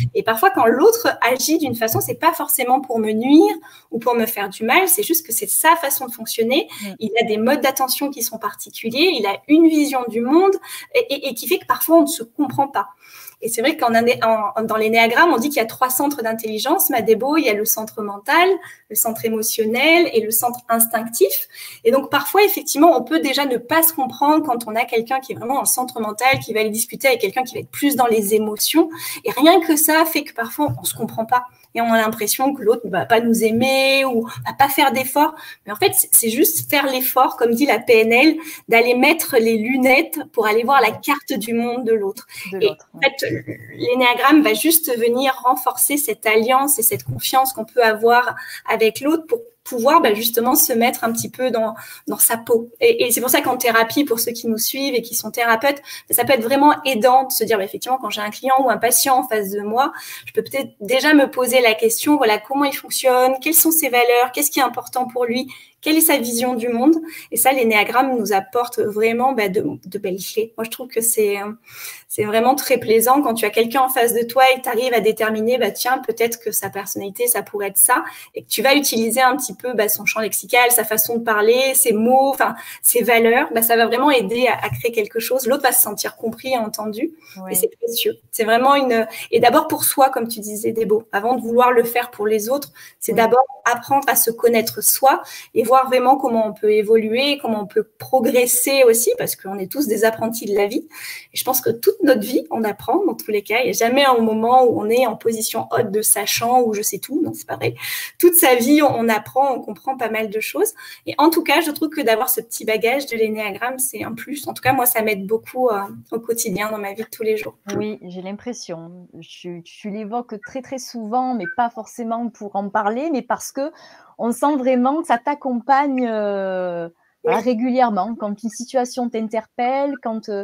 Et parfois, quand l'autre agit d'une façon, c'est pas forcément pour me nuire ou pour me faire du mal, c'est juste que c'est sa façon de fonctionner. Mmh. Il a des modes d'attention qui sont particuliers, il a une vision du monde et, et, et qui fait que parfois on ne se comprend pas. Et c'est vrai qu'en en, dans l'énéagramme, on dit qu'il y a trois centres d'intelligence. Madébo, il y a le centre mental, le centre émotionnel et le centre instinctif. Et donc, parfois, effectivement, on peut déjà ne pas se comprendre quand on a quelqu'un qui est vraiment en centre mental, qui va aller discuter avec quelqu'un qui va être plus dans les émotions. Et rien que ça fait que parfois, on se comprend pas. Et on a l'impression que l'autre ne va pas nous aimer ou va pas faire d'efforts. Mais en fait, c'est juste faire l'effort, comme dit la P N L, d'aller mettre les lunettes pour aller voir la carte du monde de l'autre. Et en fait, l'énéagramme va juste venir renforcer cette alliance et cette confiance qu'on peut avoir avec l'autre pour pouvoir bah, justement se mettre un petit peu dans, dans sa peau. Et, et c'est pour ça qu'en thérapie, pour ceux qui nous suivent et qui sont thérapeutes, ça peut être vraiment aidant de se dire, bah, effectivement, quand j'ai un client ou un patient en face de moi, je peux peut-être déjà me poser la question, voilà, comment il fonctionne, quelles sont ses valeurs, qu'est-ce qui est important pour lui, quelle est sa vision du monde. Et ça, l'énéagramme nous apporte vraiment bah, de, de belles clés. Moi, je trouve que c'est c'est vraiment très plaisant quand tu as quelqu'un en face de toi et que tu arrives à déterminer, bah, tiens, peut-être que sa personnalité, ça pourrait être ça, et que tu vas utiliser un petit peu bah, son champ lexical, sa façon de parler, ses mots, enfin ses valeurs, bah, ça va vraiment aider à, à créer quelque chose. L'autre va se sentir compris et entendu, oui. Et c'est précieux. C'est vraiment une... Et d'abord pour soi, comme tu disais, Débo, avant de vouloir le faire pour les autres, c'est oui. D'abord apprendre à se connaître soi et voir vraiment comment on peut évoluer, comment on peut progresser aussi, parce qu'on est tous des apprentis de la vie. Et je pense que toute notre vie, on apprend dans tous les cas. Il n'y a jamais un moment où on est en position haute de sachant ou je sais tout. Non, c'est pas vrai. Toute sa vie, on apprend, on comprend pas mal de choses. Et en tout cas, je trouve que d'avoir ce petit bagage de l'énéagramme, c'est un plus. En tout cas, moi, ça m'aide beaucoup euh, au quotidien, dans ma vie de tous les jours. Oui, j'ai l'impression. Tu, tu l'évoques très, très souvent, mais pas forcément pour en parler, mais parce que on sent vraiment que ça t'accompagne euh, voilà, régulièrement. Quand une situation t'interpelle, quand euh,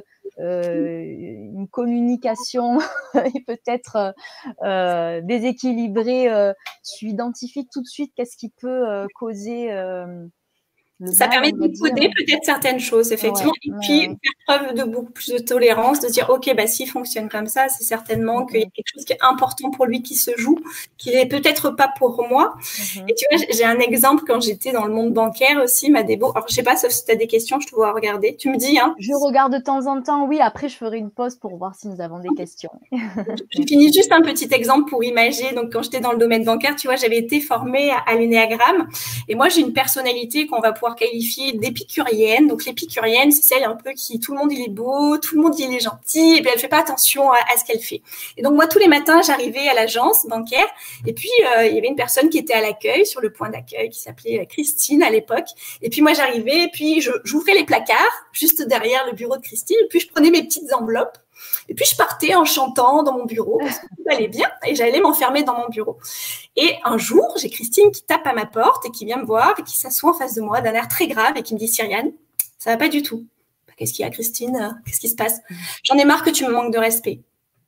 une communication est peut-être euh, déséquilibrée, euh, tu identifies tout de suite qu'est-ce qui peut euh, causer euh, le ça mal, permet de décoder peut-être certaines choses, effectivement, ouais, et puis ouais. faire preuve de beaucoup plus de tolérance, de dire, ok, bah s'il fonctionne comme ça, c'est certainement mm-hmm. qu'il y a quelque chose qui est important pour lui qui se joue, qui n'est peut-être pas pour moi. Mm-hmm. Et tu vois, j'ai un exemple quand j'étais dans le monde bancaire aussi, Madébo. Alors, je sais pas, sauf si tu as des questions, je te vois regarder. Tu me dis, hein. Je regarde de temps en temps, oui. Après, je ferai une pause pour voir si nous avons des questions. Je finis juste un petit exemple pour imaginer. Donc, quand j'étais dans le domaine bancaire, tu vois, j'avais été formée à, à l'énéagramme. Et moi, j'ai une personnalité qu'on va pouvoir qualifiée d'épicurienne. Donc, l'épicurienne, c'est celle un peu qui, tout le monde, il est beau, tout le monde, il est gentil, et puis elle fait pas attention à, à ce qu'elle fait. Et donc, moi, tous les matins, j'arrivais à l'agence bancaire, et puis, euh, il y avait une personne qui était à l'accueil, sur le point d'accueil, qui s'appelait Christine à l'époque. Et puis, moi, j'arrivais, et puis, je, j'ouvrais les placards, juste derrière le bureau de Christine, et puis, je prenais mes petites enveloppes, et puis, je partais en chantant dans mon bureau, parce que tout allait bien, et j'allais m'enfermer dans mon bureau. Et un jour, j'ai Christine qui tape à ma porte et qui vient me voir et qui s'assoit en face de moi d'un air très grave et qui me dit « Cyriane, ça va pas du tout. » Qu'est-ce qu'il y a, Christine? Qu'est-ce qui se passe? J'en ai marre que tu me manques de respect.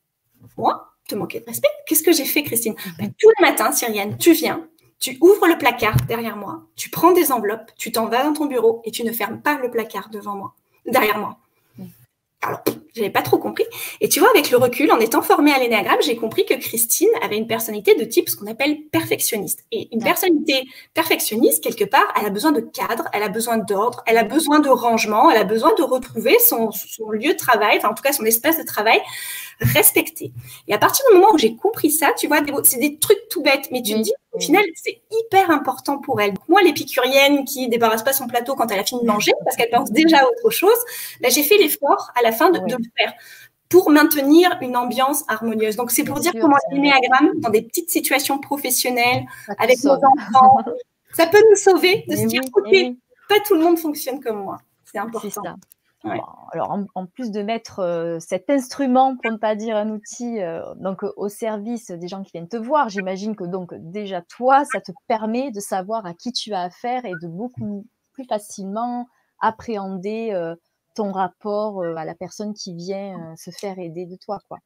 Moi, te manquer de respect? Qu'est-ce que j'ai fait, Christine? Ben, tous les matins, Cyriane, tu viens, tu ouvres le placard derrière moi, tu prends des enveloppes, tu t'en vas dans ton bureau et tu ne fermes pas le placard devant moi, derrière moi. Alors, j'avais pas trop compris. Et tu vois, avec le recul, en étant formée à l'énéagramme, j'ai compris que Christine avait une personnalité de type ce qu'on appelle perfectionniste. Et une personnalité perfectionniste, quelque part, elle a besoin de cadre, elle a besoin d'ordre, elle a besoin de rangement, elle a besoin de retrouver son, son lieu de travail, enfin en tout cas son espace de travail respecté. Et à partir du moment où j'ai compris ça, tu vois, c'est des trucs tout bêtes, mais tu te dis, au final, c'est hyper important pour elle. Donc, moi, l'épicurienne qui débarrasse pas son plateau quand elle a fini de manger, parce qu'elle pense déjà à autre chose, là, j'ai fait l'effort à la fin de, oui. de le faire pour maintenir une ambiance harmonieuse. Donc, c'est pour Bien dire sûr, comment l'énéagramme, dans des petites situations professionnelles, avec nos enfants, ça peut nous sauver de mais se dire, oui, OK, oui. pas tout le monde fonctionne comme moi. C'est important. C'est ça. Ouais. Bon, alors, en, en plus de mettre euh, cet instrument, pour ne pas dire un outil, euh, donc euh, au service des gens qui viennent te voir, j'imagine que donc déjà toi, ça te permet de savoir à qui tu as affaire et de beaucoup plus facilement appréhender euh, ton rapport euh, à la personne qui vient euh, se faire aider de toi, quoi.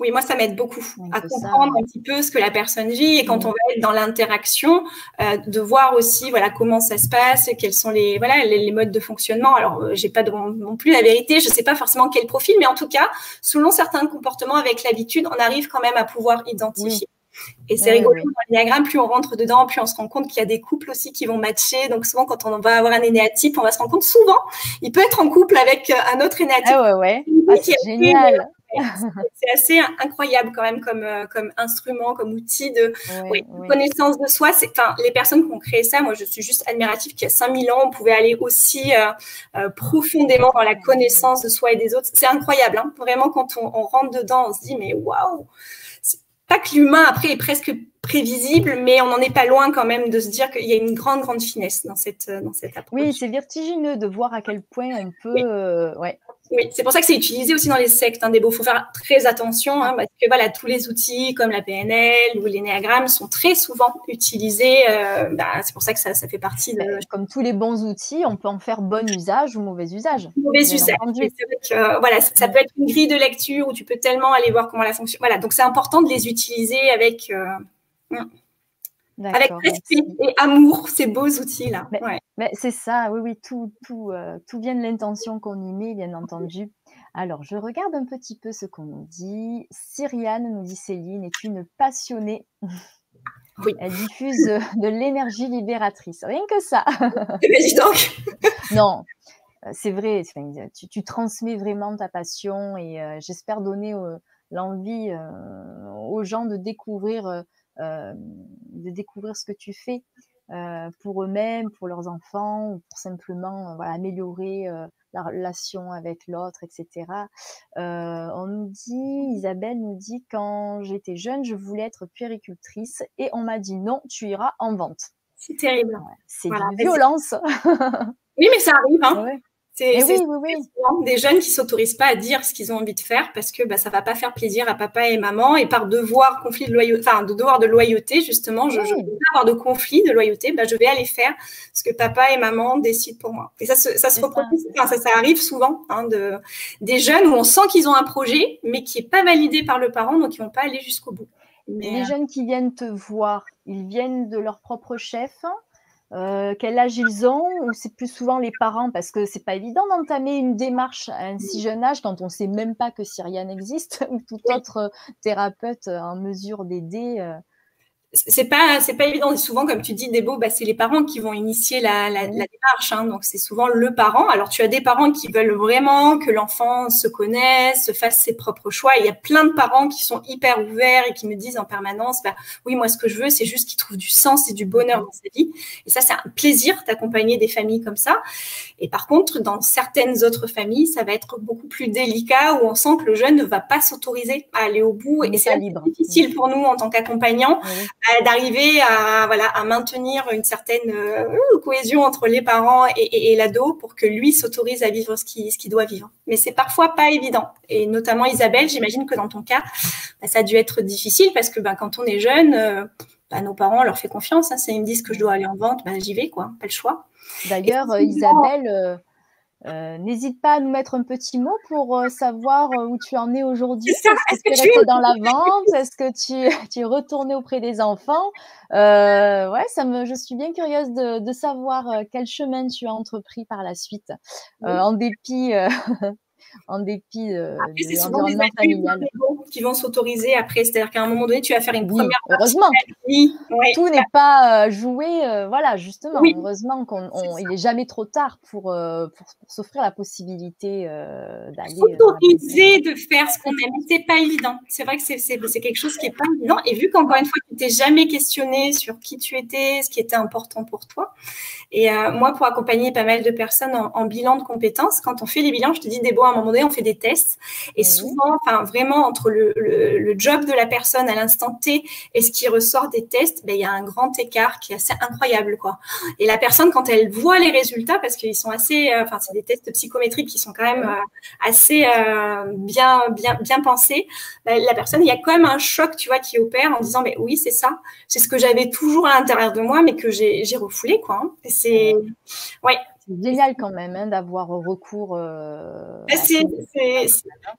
Oui, moi, ça m'aide beaucoup Un à peu comprendre ça. un petit peu ce que la personne vit et quand Mmh. on va être dans l'interaction, euh, de voir aussi voilà comment ça se passe, quels sont les voilà les, les modes de fonctionnement. Alors, euh, j'ai pas de, non plus la vérité, je sais pas forcément quel profil, mais en tout cas, selon certains comportements, avec l'habitude, on arrive quand même à pouvoir identifier. Oui. Et c'est Oui, rigolo, oui. dans le diagramme, plus on rentre dedans, plus on se rend compte qu'il y a des couples aussi qui vont matcher. Donc souvent, quand on va avoir un énéatype, on va se rendre compte, souvent, il peut être en couple avec un autre énéatype. Ah ouais, ouais. Ah, Qui c'est est assez, génial. c'est assez incroyable quand même comme, comme instrument, comme outil de, Oui, oui, de oui. connaissance de soi. C'est, enfin, les personnes qui ont créé ça, moi je suis juste admirative qu'il y a cinq mille ans, on pouvait aller aussi euh, euh, profondément dans la connaissance de soi et des autres. C'est incroyable, hein. Vraiment quand on, on rentre dedans, on se dit mais waouh. Pas que l'humain après est presque prévisible, mais on n'en est pas loin quand même de se dire qu'il y a une grande, grande finesse dans cette, dans cette approche. Oui, c'est vertigineux de voir à quel point on peut… Oui. Euh, ouais. Oui, c'est pour ça que c'est utilisé aussi dans les sectes, hein, des beaux. Il faut faire très attention, hein, parce que voilà, tous les outils comme la P N L ou l'énéagramme sont très souvent utilisés. Euh, bah, c'est pour ça que ça, ça fait partie de… Ben, comme tous les bons outils, on peut en faire bon usage ou mauvais usage. Mauvais Bien usage. entendu. C'est vrai que, euh, voilà, ça peut être une grille de lecture où tu peux tellement aller voir comment la fonctionne. Voilà, donc c'est important de les utiliser avec… Euh, avec respect merci. Et amour, ces beaux outils-là. Mais, ouais. mais c'est ça, oui, oui, tout, tout, euh, tout vient de l'intention qu'on y met, bien entendu. Alors, je regarde un petit peu ce qu'on nous dit. Cyriane nous dit Céline est une passionnée. Oui. Elle diffuse de l'énergie libératrice. Rien que ça. Mais dis donc. Non, c'est vrai. Tu, tu transmets vraiment ta passion et euh, j'espère donner euh, l'envie euh, aux gens de découvrir, euh, de découvrir ce que tu fais. Euh, pour eux-mêmes, pour leurs enfants, ou pour simplement euh, voilà, améliorer euh, la relation avec l'autre, et cetera. Euh, on nous dit, Isabelle nous dit, quand j'étais jeune, je voulais être puéricultrice et on m'a dit non, tu iras en vente. C'est terrible. Ouais, c'est voilà, d'une violence. Oui, mais ça arrive. Hein. Ouais. C'est oui, oui, oui. des jeunes qui s'autorisent pas à dire ce qu'ils ont envie de faire parce que bah, ça va pas faire plaisir à papa et maman et par devoir conflit de loyauté, enfin de devoir de loyauté justement, je, oui. je veux pas avoir de conflit de loyauté, bah, je vais aller faire ce que papa et maman décident pour moi. Et ça, ça, ça se reproduit, ça. Enfin, ça, ça arrive souvent hein, de des jeunes où on sent qu'ils ont un projet mais qui est pas validé par le parent, donc ils vont pas aller jusqu'au bout. Mais les euh... jeunes qui viennent te voir, ils viennent de leur propre chef. Euh, quel âge ils ont, ou c'est plus souvent les parents, parce que c'est pas évident d'entamer une démarche à un si jeune âge quand on sait même pas que Cyriane existe ou tout autre thérapeute en mesure d'aider. Euh... C'est pas, c'est pas évident. Et souvent, comme tu dis, Débo, bah, c'est les parents qui vont initier la, la, oui. la démarche. Hein. Donc, c'est souvent le parent. Alors, tu as des parents qui veulent vraiment que l'enfant se connaisse, se fasse ses propres choix. Et il y a plein de parents qui sont hyper ouverts et qui me disent en permanence, bah, oui, moi, ce que je veux, c'est juste qu'il trouve du sens et du bonheur dans sa vie. Et ça, c'est un plaisir d'accompagner des familles comme ça. Et par contre, dans certaines autres familles, ça va être beaucoup plus délicat où on sent que le jeune ne va pas s'autoriser à aller au bout. Il et c'est libre. difficile pour nous en tant qu'accompagnants. Oui. D'arriver à voilà à maintenir une certaine euh, cohésion entre les parents et, et, et l'ado pour que lui s'autorise à vivre ce qu'il ce qu'il doit vivre. Mais c'est parfois pas évident. Et notamment Isabelle, j'imagine que dans ton cas, bah, ça a dû être difficile parce que bah, quand on est jeune, euh, bah, nos parents on leur fait confiance. Hein, si ils me disent que je dois aller en vente, bah, j'y vais quoi, pas le choix. D'ailleurs, Isabelle. Euh... Euh, n'hésite pas à nous mettre un petit mot pour euh, savoir où tu en es aujourd'hui. Est-ce que, Est-ce que tu es resté dans la vente? Est-ce que tu, tu es retourné auprès des enfants? euh, Ouais, ça me, je suis bien curieuse de, de savoir quel chemin tu as entrepris par la suite, euh, en dépit, euh, en dépit euh, après, de l'environnement familial. Qui vont s'autoriser après, c'est-à-dire qu'à un moment donné, tu vas faire une oui, première heureusement. Oui, ouais. Tout n'est pas euh, joué, euh, voilà, justement. Oui. Heureusement qu'on, on, il n'est jamais trop tard pour, euh, pour, pour s'offrir la possibilité euh, d'aller. S'autoriser de faire ce qu'on aime, c'est pas évident. C'est vrai que c'est, c'est, c'est quelque chose qui est pas évident. Et vu qu'encore une fois, tu t'es jamais questionné sur qui tu étais, ce qui était important pour toi. Et euh, moi, pour accompagner pas mal de personnes en, en bilan de compétences, quand on fait les bilans, je te dis, des beaux, à un moment donné, on fait des tests. Et mmh. souvent, enfin, vraiment, entre le, le, le job de la personne à l'instant T et ce qui ressort des tests, ben, il y a un grand écart qui est assez incroyable, quoi. Et la personne, quand elle voit les résultats, parce qu'ils sont assez, enfin, euh, c'est des tests psychométriques qui sont quand même euh, assez euh, bien, bien, bien pensés, ben, la personne, il y a quand même un choc, tu vois, qui opère en disant, mais oui, c'est ça, c'est ce que j'avais toujours à l'intérieur de moi, mais que j'ai, j'ai refoulé, quoi. Hein. Et c'est, ouais. C'est génial quand même hein, d'avoir recours. Euh, c'est, c'est,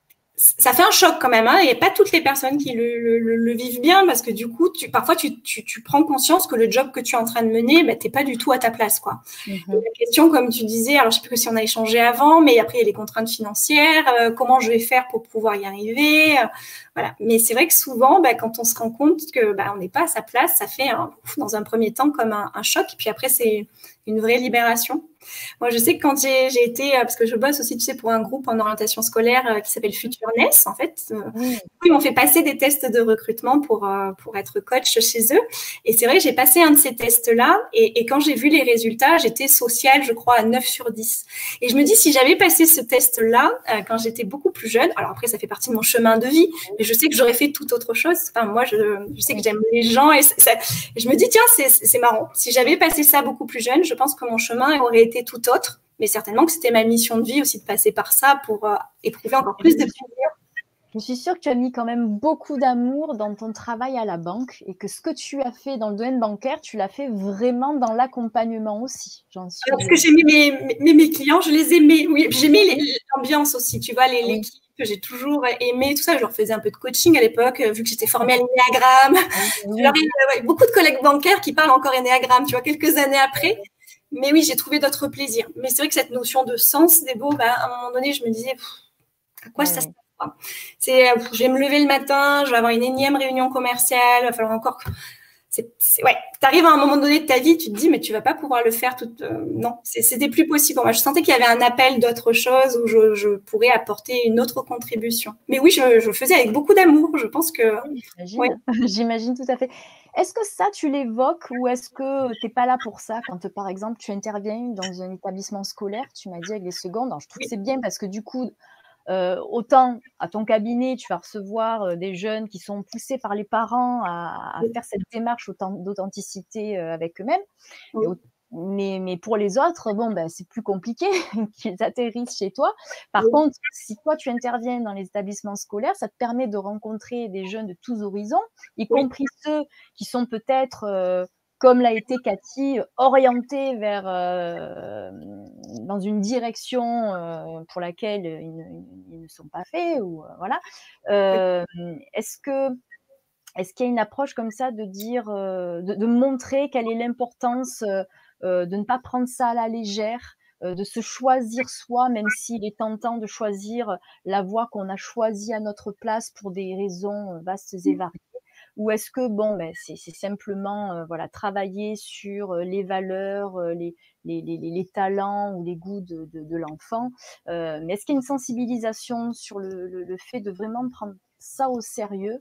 ça fait un choc quand même. Hein. Il n'y a pas toutes les personnes qui le, le, le vivent bien parce que du coup, tu, parfois, tu, tu, tu prends conscience que le job que tu es en train de mener, bah, tu n'es pas du tout à ta place. Quoi. Mm-hmm. La question, comme tu disais, alors je ne sais plus si on a échangé avant, mais après, il y a les contraintes financières, euh, comment je vais faire pour pouvoir y arriver. Euh, voilà. Mais c'est vrai que souvent, bah, quand on se rend compte que bah, on n'est pas à sa place, ça fait un, dans un premier temps comme un, un choc. Et puis après, c'est une vraie libération. Moi, je sais que quand j'ai, j'ai été, parce que je bosse aussi, tu sais, pour un groupe en orientation scolaire euh, qui s'appelle Futurness, en fait. Euh, oui. Ils m'ont fait passer des tests de recrutement pour, euh, pour être coach chez eux. Et c'est vrai, j'ai passé un de ces tests-là. Et, et quand j'ai vu les résultats, j'étais sociale, je crois, à neuf sur dix. Et je me dis, si j'avais passé ce test-là euh, quand j'étais beaucoup plus jeune, alors après, ça fait partie de mon chemin de vie, mais je sais que j'aurais fait tout autre chose. Enfin, moi, je, je sais que j'aime les gens. Et, ça, et je me dis, tiens, c'est, c'est marrant. Si j'avais passé ça beaucoup plus jeune, je pense que mon chemin aurait été tout autre, mais certainement que c'était ma mission de vie aussi de passer par ça pour euh, éprouver encore plus de plaisir. Je suis sûre que tu as mis quand même beaucoup d'amour dans ton travail à la banque et que ce que tu as fait dans le domaine bancaire, tu l'as fait vraiment dans l'accompagnement aussi. J'en suis... Parce que j'aimais mes, mes, mes clients, je les aimais. Oui, j'aimais l'ambiance aussi, tu vois, les, oui. l'équipe que j'ai toujours aimé, tout ça. Je leur faisais un peu de coaching à l'époque, vu que j'étais formée à l'énéagramme. Oui. Alors, il y a beaucoup de collègues bancaires qui parlent encore énéagramme, tu vois, quelques années après. Mais oui, j'ai trouvé d'autres plaisirs. Mais c'est vrai que cette notion de sens, des beaux, bah, à un moment donné, je me disais, pff, à quoi ouais. ça sert quoi c'est, pff, je vais me lever le matin, je vais avoir une énième réunion commerciale, il va falloir encore... C'est, c'est, ouais, tu arrives à un moment donné de ta vie, tu te dis, mais tu vas pas pouvoir le faire tout... Euh, non, c'est, c'était plus possible. Moi, je sentais qu'il y avait un appel d'autre chose où je, je pourrais apporter une autre contribution. Mais oui, je, je le faisais avec beaucoup d'amour. Je pense que... Oui, j'imagine. Ouais. J'imagine tout à fait. Est-ce que ça, tu l'évoques ou est-ce que tu n'es pas là pour ça quand, par exemple, tu interviens dans un établissement scolaire, tu m'as dit avec les secondes. Alors, je trouve oui. que c'est bien parce que du coup, euh, autant à ton cabinet, tu vas recevoir euh, des jeunes qui sont poussés par les parents à, à oui. faire cette démarche d'authenticité euh, avec eux-mêmes. Oui. Mais, mais pour les autres, bon, ben, c'est plus compliqué qu'ils atterrissent chez toi. Par oui. contre, si toi, tu interviens dans les établissements scolaires, ça te permet de rencontrer des jeunes de tous horizons, y oui. compris ceux qui sont peut-être, euh, comme l'a été Cathy, orientés vers, euh, dans une direction euh, pour laquelle ils ne, ils ne sont pas faits. Ou, euh, voilà. Euh, oui. Est-ce que Est-ce qu'il y a une approche comme ça de dire, euh, de, de montrer quelle est l'importance euh, euh, de ne pas prendre ça à la légère, euh, de se choisir soi, même s'il est tentant de choisir la voie qu'on a choisie à notre place pour des raisons vastes et variées? Ou est-ce que bon, ben, c'est, c'est simplement euh, voilà, travailler sur euh, les valeurs, euh, les, les, les, les talents ou les goûts de, de, de l'enfant, euh, mais est-ce qu'il y a une sensibilisation sur le, le, le fait de vraiment prendre ça au sérieux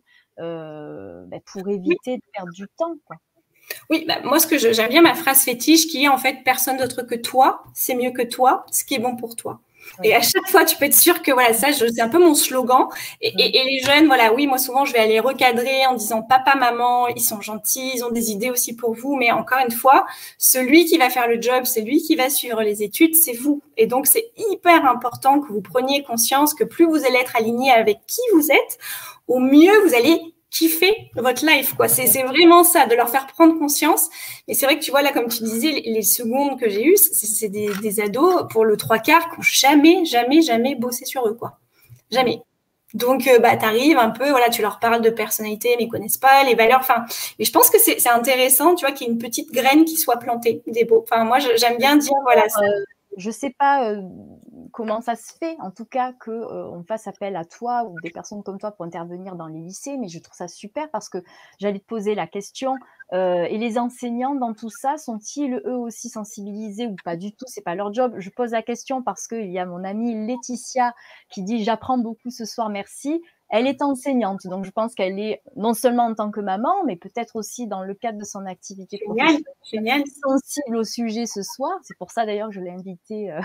euh, ben, pour éviter de perdre du temps, quoi? Oui, bah, moi, ce que je, j'aime bien ma phrase fétiche qui est en fait personne d'autre que toi, c'est mieux que toi, ce qui est bon pour toi. Oui. Et à chaque fois, tu peux être sûr que voilà, ça, je, c'est un peu mon slogan. Et, oui. et, et les jeunes, voilà, oui, moi souvent, je vais aller recadrer en disant papa, maman, ils sont gentils, ils ont des idées aussi pour vous. Mais encore une fois, celui qui va faire le job, c'est lui qui va suivre les études, c'est vous. Et donc, c'est hyper important que vous preniez conscience que plus vous allez être aligné avec qui vous êtes, au mieux vous allez kiffer votre life, quoi. C'est, c'est vraiment ça, de leur faire prendre conscience. Mais c'est vrai que tu vois, là, comme tu disais, les, les secondes que j'ai eues, c'est, c'est des, des ados, pour le trois quarts, qui n'ont jamais, jamais, jamais bossé sur eux, quoi. Jamais. Donc, euh, bah, t'arrives un peu, voilà, tu leur parles de personnalité, mais ils connaissent pas les valeurs. Enfin, mais je pense que c'est, c'est intéressant, tu vois, qu'il y ait une petite graine qui soit plantée, des beaux. Enfin, moi, je, j'aime bien dire, voilà. Ça. Euh, je sais pas euh, comment ça se fait, en tout cas, que euh, on fasse appel à toi ou des personnes comme toi pour intervenir dans les lycées, mais je trouve ça super parce que j'allais te poser la question. Euh, et les enseignants dans tout ça, sont-ils eux aussi sensibilisés ou pas du tout? C'est pas leur job. Je pose la question parce qu'il y a mon amie Laetitia qui dit « J'apprends beaucoup ce soir, merci ». Elle est enseignante, donc je pense qu'elle est non seulement en tant que maman, mais peut-être aussi dans le cadre de son activité professionnelle, génial, sensible au sujet ce soir. C'est pour ça d'ailleurs que je l'ai invitée euh,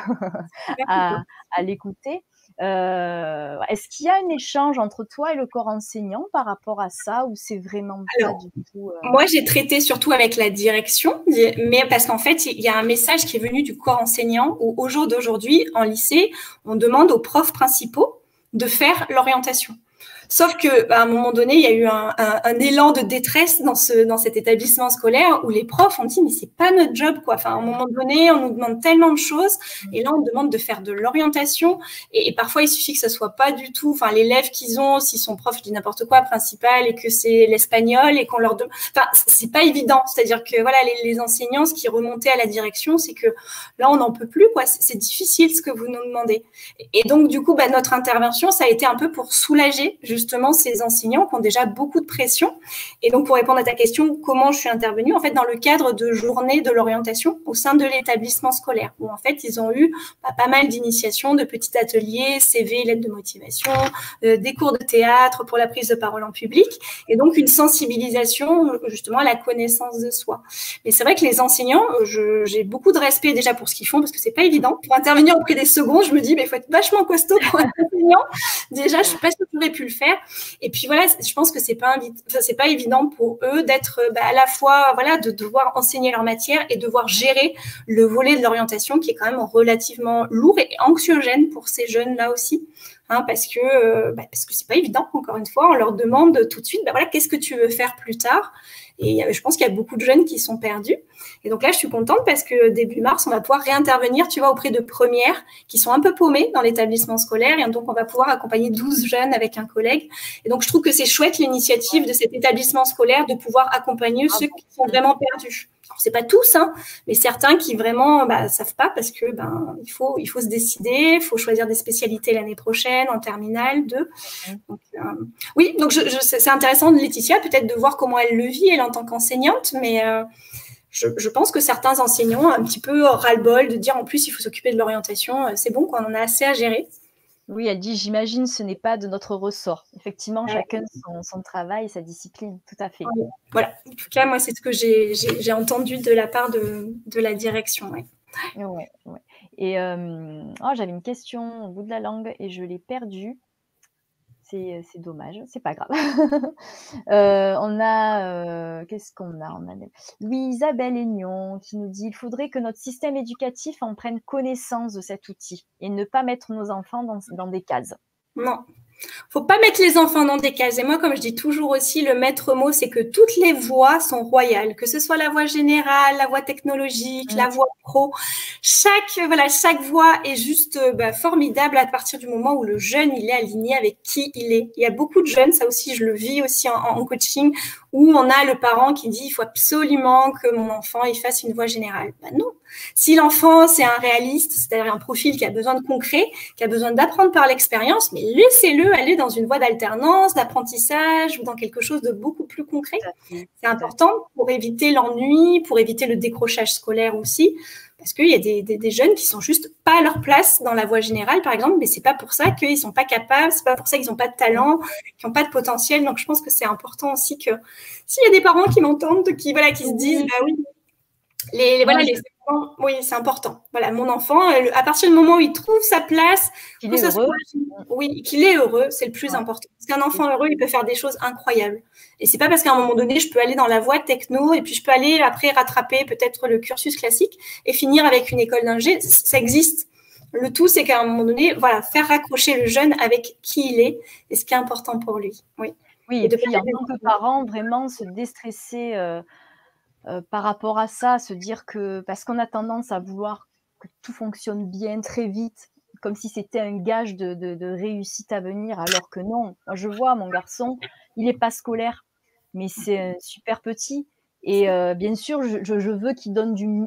à, à l'écouter. Euh, est-ce qu'il y a un échange entre toi et le corps enseignant par rapport à ça, ou c'est vraiment Alors, pas du tout euh... Moi, j'ai traité surtout avec la direction, mais parce qu'en fait, il y a un message qui est venu du corps enseignant où au jour d'aujourd'hui, en lycée, on demande aux profs principaux de faire l'orientation. Sauf que, bah, à un moment donné, il y a eu un, un, un élan de détresse dans ce, dans cet établissement scolaire où les profs ont dit, mais c'est pas notre job, quoi. Enfin, à un moment donné, on nous demande tellement de choses, et là, on demande de faire de l'orientation, et, et parfois, il suffit que ça soit pas du tout, enfin, l'élève qu'ils ont, si son prof dit n'importe quoi, principal, et que c'est l'espagnol, et qu'on leur demande, enfin, c'est pas évident. C'est-à-dire que, voilà, les, les enseignants, ce qui remontait à la direction, c'est que là, on n'en peut plus, quoi. C'est difficile ce que vous nous demandez. Et donc, du coup, bah, notre intervention, ça a été un peu pour soulager, justement ces enseignants qui ont déjà beaucoup de pression. Et donc, pour répondre à ta question, comment je suis intervenue, en fait, dans le cadre de journées de l'orientation au sein de l'établissement scolaire, où en fait, ils ont eu bah, pas mal d'initiations, de petits ateliers, C V, lettres de motivation, euh, des cours de théâtre pour la prise de parole en public, et donc une sensibilisation justement à la connaissance de soi. Mais c'est vrai que les enseignants, j'ai beaucoup de respect déjà pour ce qu'ils font, parce que c'est pas évident. Pour intervenir auprès des seconds, je me dis, mais il faut être vachement costaud pour un enseignant. Déjà, je suis pas sûre que j'aurais pu le faire. Et puis voilà, je pense que c'est pas, enfin, c'est pas évident pour eux d'être bah, à la fois, voilà, de devoir enseigner leur matière et devoir gérer le volet de l'orientation qui est quand même relativement lourd et anxiogène pour ces jeunes-là aussi. Hein, parce que euh, bah, parce que c'est pas évident, encore une fois, on leur demande tout de suite, bah, voilà, qu'est-ce que tu veux faire plus tard? Et euh, je pense qu'il y a beaucoup de jeunes qui sont perdus. Et donc là, je suis contente parce que début mars, on va pouvoir réintervenir, tu vois, auprès de premières qui sont un peu paumées dans l'établissement scolaire. Et donc, on va pouvoir accompagner douze jeunes avec un collègue. Et donc, je trouve que c'est chouette l'initiative de cet établissement scolaire de pouvoir accompagner ceux qui sont vraiment perdus. Alors, c'est pas tous, hein, mais certains qui vraiment bah, savent pas parce que ben il faut il faut se décider, il faut choisir des spécialités l'année prochaine en terminale deux. Donc, euh, oui, donc je, je, c'est intéressant de Laetitia peut-être de voir comment elle le vit elle en tant qu'enseignante, mais euh, je, je pense que certains enseignants ont un petit peu ras-le-bol de dire en plus il faut s'occuper de l'orientation, c'est bon quoi, on en a assez à gérer. Oui, elle dit, j'imagine, ce n'est pas de notre ressort. Effectivement, ouais. Chacun son, son travail, sa discipline, tout à fait. Oui. Voilà, en tout cas, moi, c'est ce que j'ai entendu de la part de, de la direction. Ouais. Ouais, ouais. Et euh, oh, j'avais une question au bout de la langue et je l'ai perdue. C'est dommage, c'est pas grave. euh, on a, euh, qu'est-ce qu'on a, on a Oui, Isabelle Aignon qui nous dit, il faudrait que notre système éducatif en prenne connaissance de cet outil et ne pas mettre nos enfants dans, dans des cases. Non. Faut pas mettre les enfants dans des cases. Et moi, comme je dis toujours aussi, le maître mot, c'est que toutes les voies sont royales, que ce soit la voie générale, la voie technologique, mmh. la voie pro. Chaque, voilà, chaque voie est juste bah, formidable à partir du moment où le jeune, il est aligné avec qui il est. Il y a beaucoup de jeunes, ça aussi, je le vis aussi en, en coaching, où on a le parent qui dit, il faut absolument que mon enfant, il fasse une voie générale. Ben non. Si l'enfant, c'est un réaliste, c'est-à-dire un profil qui a besoin de concret, qui a besoin d'apprendre par l'expérience, mais laissez-le aller dans une voie d'alternance, d'apprentissage ou dans quelque chose de beaucoup plus concret. C'est important pour éviter l'ennui, pour éviter le décrochage scolaire aussi, parce qu'il y a des, des, des jeunes qui sont juste pas à leur place dans la voie générale, par exemple, mais c'est pas pour ça qu'ils sont pas capables, c'est pas pour ça qu'ils n'ont pas de talent, qu'ils n'ont pas de potentiel. Donc, je pense que c'est important aussi que s'il y a des parents qui m'entendent, qui, voilà, qui se disent, bah oui, les, les, voilà, les oui, c'est important. Voilà, mon enfant, à partir du moment où il trouve sa place, qu'il est heureux, soit, oui, qu'il est heureux, c'est le plus ouais. important. Parce qu'un enfant heureux, il peut faire des choses incroyables. Et c'est pas parce qu'à un moment donné, je peux aller dans la voie techno et puis je peux aller après rattraper peut-être le cursus classique et finir avec une école d'ingé. Ça existe. Le tout, c'est qu'à un moment donné, voilà, faire raccrocher le jeune avec qui il est et ce qui est important pour lui. Oui. Oui, et, et puis en tant que parent, vraiment se déstresser. Euh... Euh, par rapport à ça, se dire que, parce qu'on a tendance à vouloir que tout fonctionne bien très vite, comme si c'était un gage de, de, de réussite à venir, alors que non. Moi, je vois, mon garçon, il n'est pas scolaire, mais c'est un super petit. Et euh, bien sûr, je, je, je veux qu'il donne du,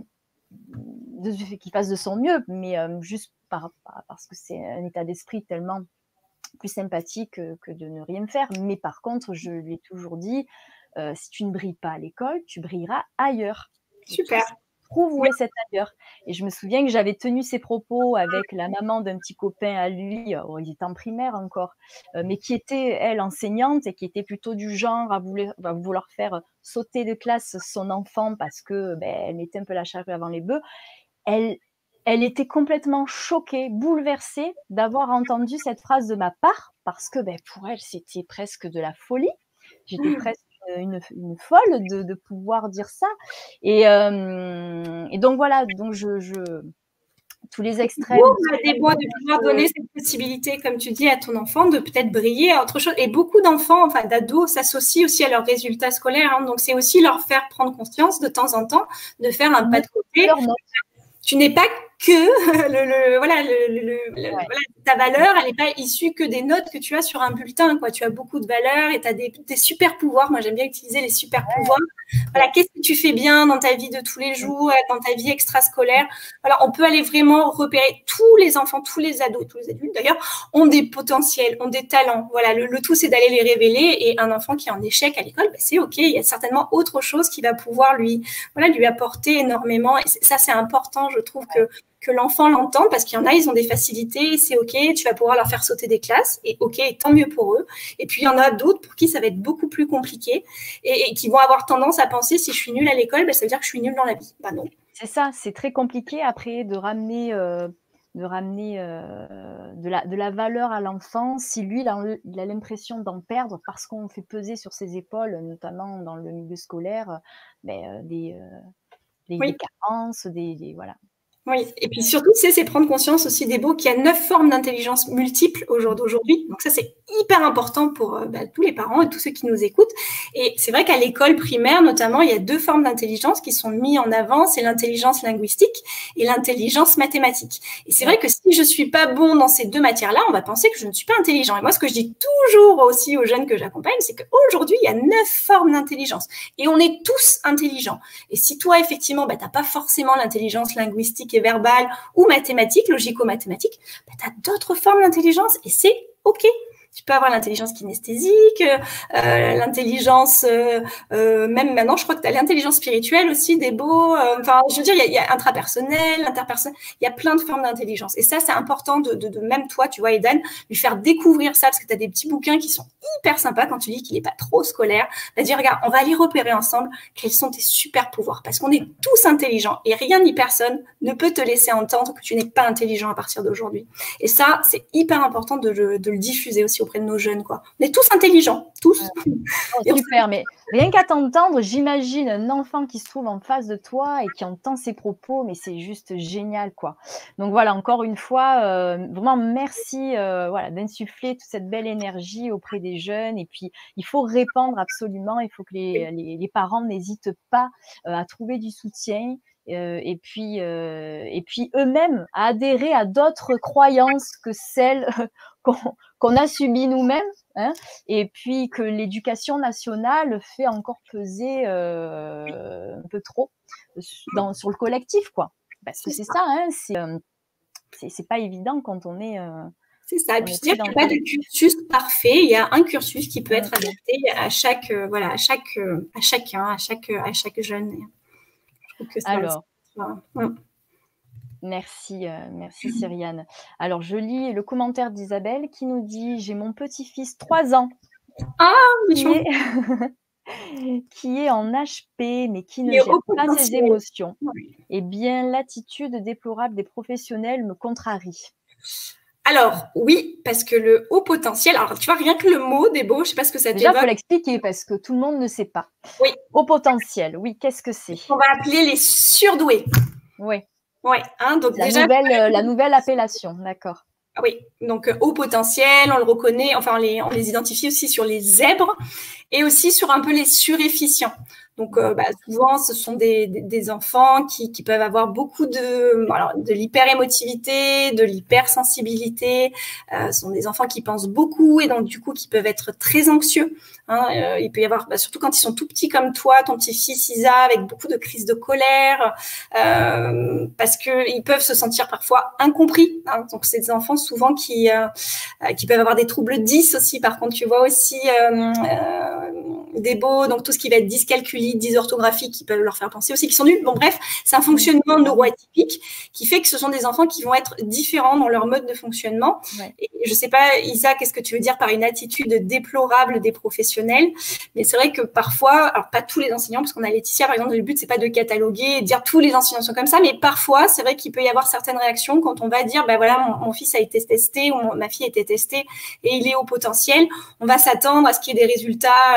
qu'il fasse de son mieux, mais euh, juste par, par, parce que c'est un état d'esprit tellement plus sympathique que, que de ne rien faire. Mais par contre, je lui ai toujours dit, Euh, si tu ne brilles pas à l'école, tu brilleras ailleurs. Super. Trouve où est cet ailleurs. Et je me souviens que j'avais tenu ces propos avec la maman d'un petit copain à lui, oh, il était en primaire encore, euh, mais qui était, elle, enseignante et qui était plutôt du genre à vouloir, à vouloir faire sauter de classe son enfant parce que ben, elle mettait un peu la charrue avant les bœufs. Elle, elle était complètement choquée, bouleversée d'avoir entendu cette phrase de ma part parce que ben, pour elle, c'était presque de la folie. J'étais presque Une, une folle de, de pouvoir dire ça et, euh, et donc voilà donc je, je tous les extrêmes. Oh, des bois, de pouvoir donner cette possibilité, comme tu dis, à ton enfant de peut-être briller à autre chose. Et beaucoup d'enfants, enfin d'ados, s'associent aussi à leurs résultats scolaires. Hein. Donc, c'est aussi leur faire prendre conscience de temps en temps, de faire un pas de côté. Tu n'es pas que le, le voilà, le, le, le ouais. voilà, ta valeur, elle n'est pas issue que des notes que tu as sur un bulletin, quoi. Tu as beaucoup de valeurs et tu as des, des super pouvoirs. Moi, j'aime bien utiliser les super pouvoirs. Voilà, qu'est-ce que tu fais bien dans ta vie de tous les jours, dans ta vie extrascolaire. Voilà, on peut aller vraiment repérer tous les enfants, tous les ados, tous les adultes d'ailleurs, ont des potentiels, ont des talents. Voilà, le, le tout, c'est d'aller les révéler. Et un enfant qui est en échec à l'école, ben, c'est OK. Il y a certainement autre chose qui va pouvoir lui, voilà, lui apporter énormément. Et ça, c'est important, je trouve que que l'enfant l'entende, parce qu'il y en a, ils ont des facilités, c'est OK, tu vas pouvoir leur faire sauter des classes, et OK, tant mieux pour eux. Et puis, il y en a d'autres pour qui ça va être beaucoup plus compliqué, et, et qui vont avoir tendance à penser, si je suis nulle à l'école, ben, ça veut dire que je suis nulle dans la vie. Ben non. C'est ça, c'est très compliqué après de ramener, euh, de, ramener euh, de, la, de la valeur à l'enfant, si lui, il a, il a l'impression d'en perdre, parce qu'on fait peser sur ses épaules, notamment dans le milieu scolaire, ben, des, euh, des, oui. des carences, des, des voilà. Oui, et puis surtout, c'est, c'est prendre conscience aussi des beaux qu'il y a neuf formes d'intelligence multiples au jour d'aujourd'hui. Donc ça, c'est hyper important pour euh, bah, tous les parents et tous ceux qui nous écoutent. Et c'est vrai qu'à l'école primaire, notamment, il y a deux formes d'intelligence qui sont mises en avant. C'est l'intelligence linguistique et l'intelligence mathématique. Et c'est vrai que si je suis pas bon dans ces deux matières-là, on va penser que je ne suis pas intelligent. Et moi, ce que je dis toujours aussi aux jeunes que j'accompagne, c'est qu'aujourd'hui, il y a neuf formes d'intelligence. Et on est tous intelligents. Et si toi, effectivement, bah, t'as pas forcément l'intelligence linguistique et verbale ou mathématique, logico-mathématique, bah, tu as d'autres formes d'intelligence et c'est OK. Tu peux avoir l'intelligence kinesthésique, euh, l'intelligence, euh, euh, même maintenant, je crois que tu as l'intelligence spirituelle aussi, des beaux. Euh, enfin, je veux dire, il y a, il y a intrapersonnel, interpersonnel, il y a plein de formes d'intelligence. Et ça, c'est important de, de, de même toi, tu vois, Edan, lui faire découvrir ça, parce que tu as des petits bouquins qui sont hyper sympas quand tu dis qu'il n'est pas trop scolaire. Va dire, regarde, on va aller repérer ensemble quels sont tes super pouvoirs, parce qu'on est tous intelligents et rien ni personne ne peut te laisser entendre que tu n'es pas intelligent à partir d'aujourd'hui. Et ça, c'est hyper important de, de, de le diffuser aussi auprès de nos jeunes, quoi. On est tous intelligents, tous. Ouais. Oh, super, mais rien qu'à t'entendre, j'imagine un enfant qui se trouve en face de toi et qui entend ses propos, mais c'est juste génial, quoi. Donc voilà, encore une fois, euh, vraiment merci euh, voilà, d'insuffler toute cette belle énergie auprès des jeunes. Et puis, il faut répandre absolument, il faut que les, les, les parents n'hésitent pas euh, à trouver du soutien. Euh, et puis, euh, et puis eux-mêmes à adhérer à d'autres croyances que celles qu'on qu'on a subies nous-mêmes, hein, et puis que l'éducation nationale fait encore peser euh, un peu trop dans, sur le collectif, quoi. Parce que c'est ça, hein, c'est, euh, c'est, c'est pas évident quand on est... Euh, c'est ça. Et puis dire qu'il n'y a pas de cursus parfait. Il y a un cursus qui peut être adapté à chaque, euh, voilà, à chaque, euh, à chacun, à chaque, à chaque jeune. Que ça, Alors, ouais. merci, euh, merci Cyriane. Alors, je lis le commentaire d'Isabelle qui nous dit « J'ai mon petit-fils, trois ans, ah, qui, est qui est en H P, mais qui ne gère pas ses émotions. Eh bien, l'attitude déplorable des professionnels me contrarie. » Alors, oui, parce que le haut potentiel, alors tu vois, rien que le mot d'Ebo, je ne sais pas ce que ça t'évoque. Déjà, il faut l'expliquer parce que tout le monde ne sait pas. Oui. Haut potentiel, oui, qu'est-ce que c'est? On va appeler les surdoués. Oui. Oui, hein, donc la déjà. Nouvelle, euh, la nouvelle appellation, d'accord. Oui, donc euh, haut potentiel, on le reconnaît, enfin, on les, on les identifie aussi sur les zèbres et aussi sur un peu les surefficients. Donc, euh, bah, souvent, ce sont des, des, des enfants qui, qui peuvent avoir beaucoup de, alors, de l'hyper-émotivité, de l'hypersensibilité. Euh, ce sont des enfants qui pensent beaucoup et donc, du coup, qui peuvent être très anxieux. Hein. Euh, il peut y avoir, bah, surtout quand ils sont tout petits comme toi, ton petit-fils Isa, avec beaucoup de crises de colère, euh, parce qu'ils peuvent se sentir parfois incompris. Hein. Donc, c'est des enfants souvent qui, euh, qui peuvent avoir des troubles dys aussi. Par contre, tu vois aussi euh, euh, des beaux, donc tout ce qui va être dyscalculie, dysorthographie, qui peuvent leur faire penser aussi qu'ils sont nuls. Bon, bref, c'est un fonctionnement neuroatypique qui fait que ce sont des enfants qui vont être différents dans leur mode de fonctionnement. Ouais. Et je sais pas, Isa, qu'est-ce que tu veux dire par une attitude déplorable des professionnels? Mais c'est vrai que parfois, alors pas tous les enseignants, parce qu'on a Laetitia, par exemple, le but, c'est pas de cataloguer et de dire tous les enseignants sont comme ça, mais parfois, c'est vrai qu'il peut y avoir certaines réactions quand on va dire, ben voilà, mon, mon fils a été testé ou mon, ma fille a été testée et il est au potentiel. On va s'attendre à ce qu'il y ait des résultats euh,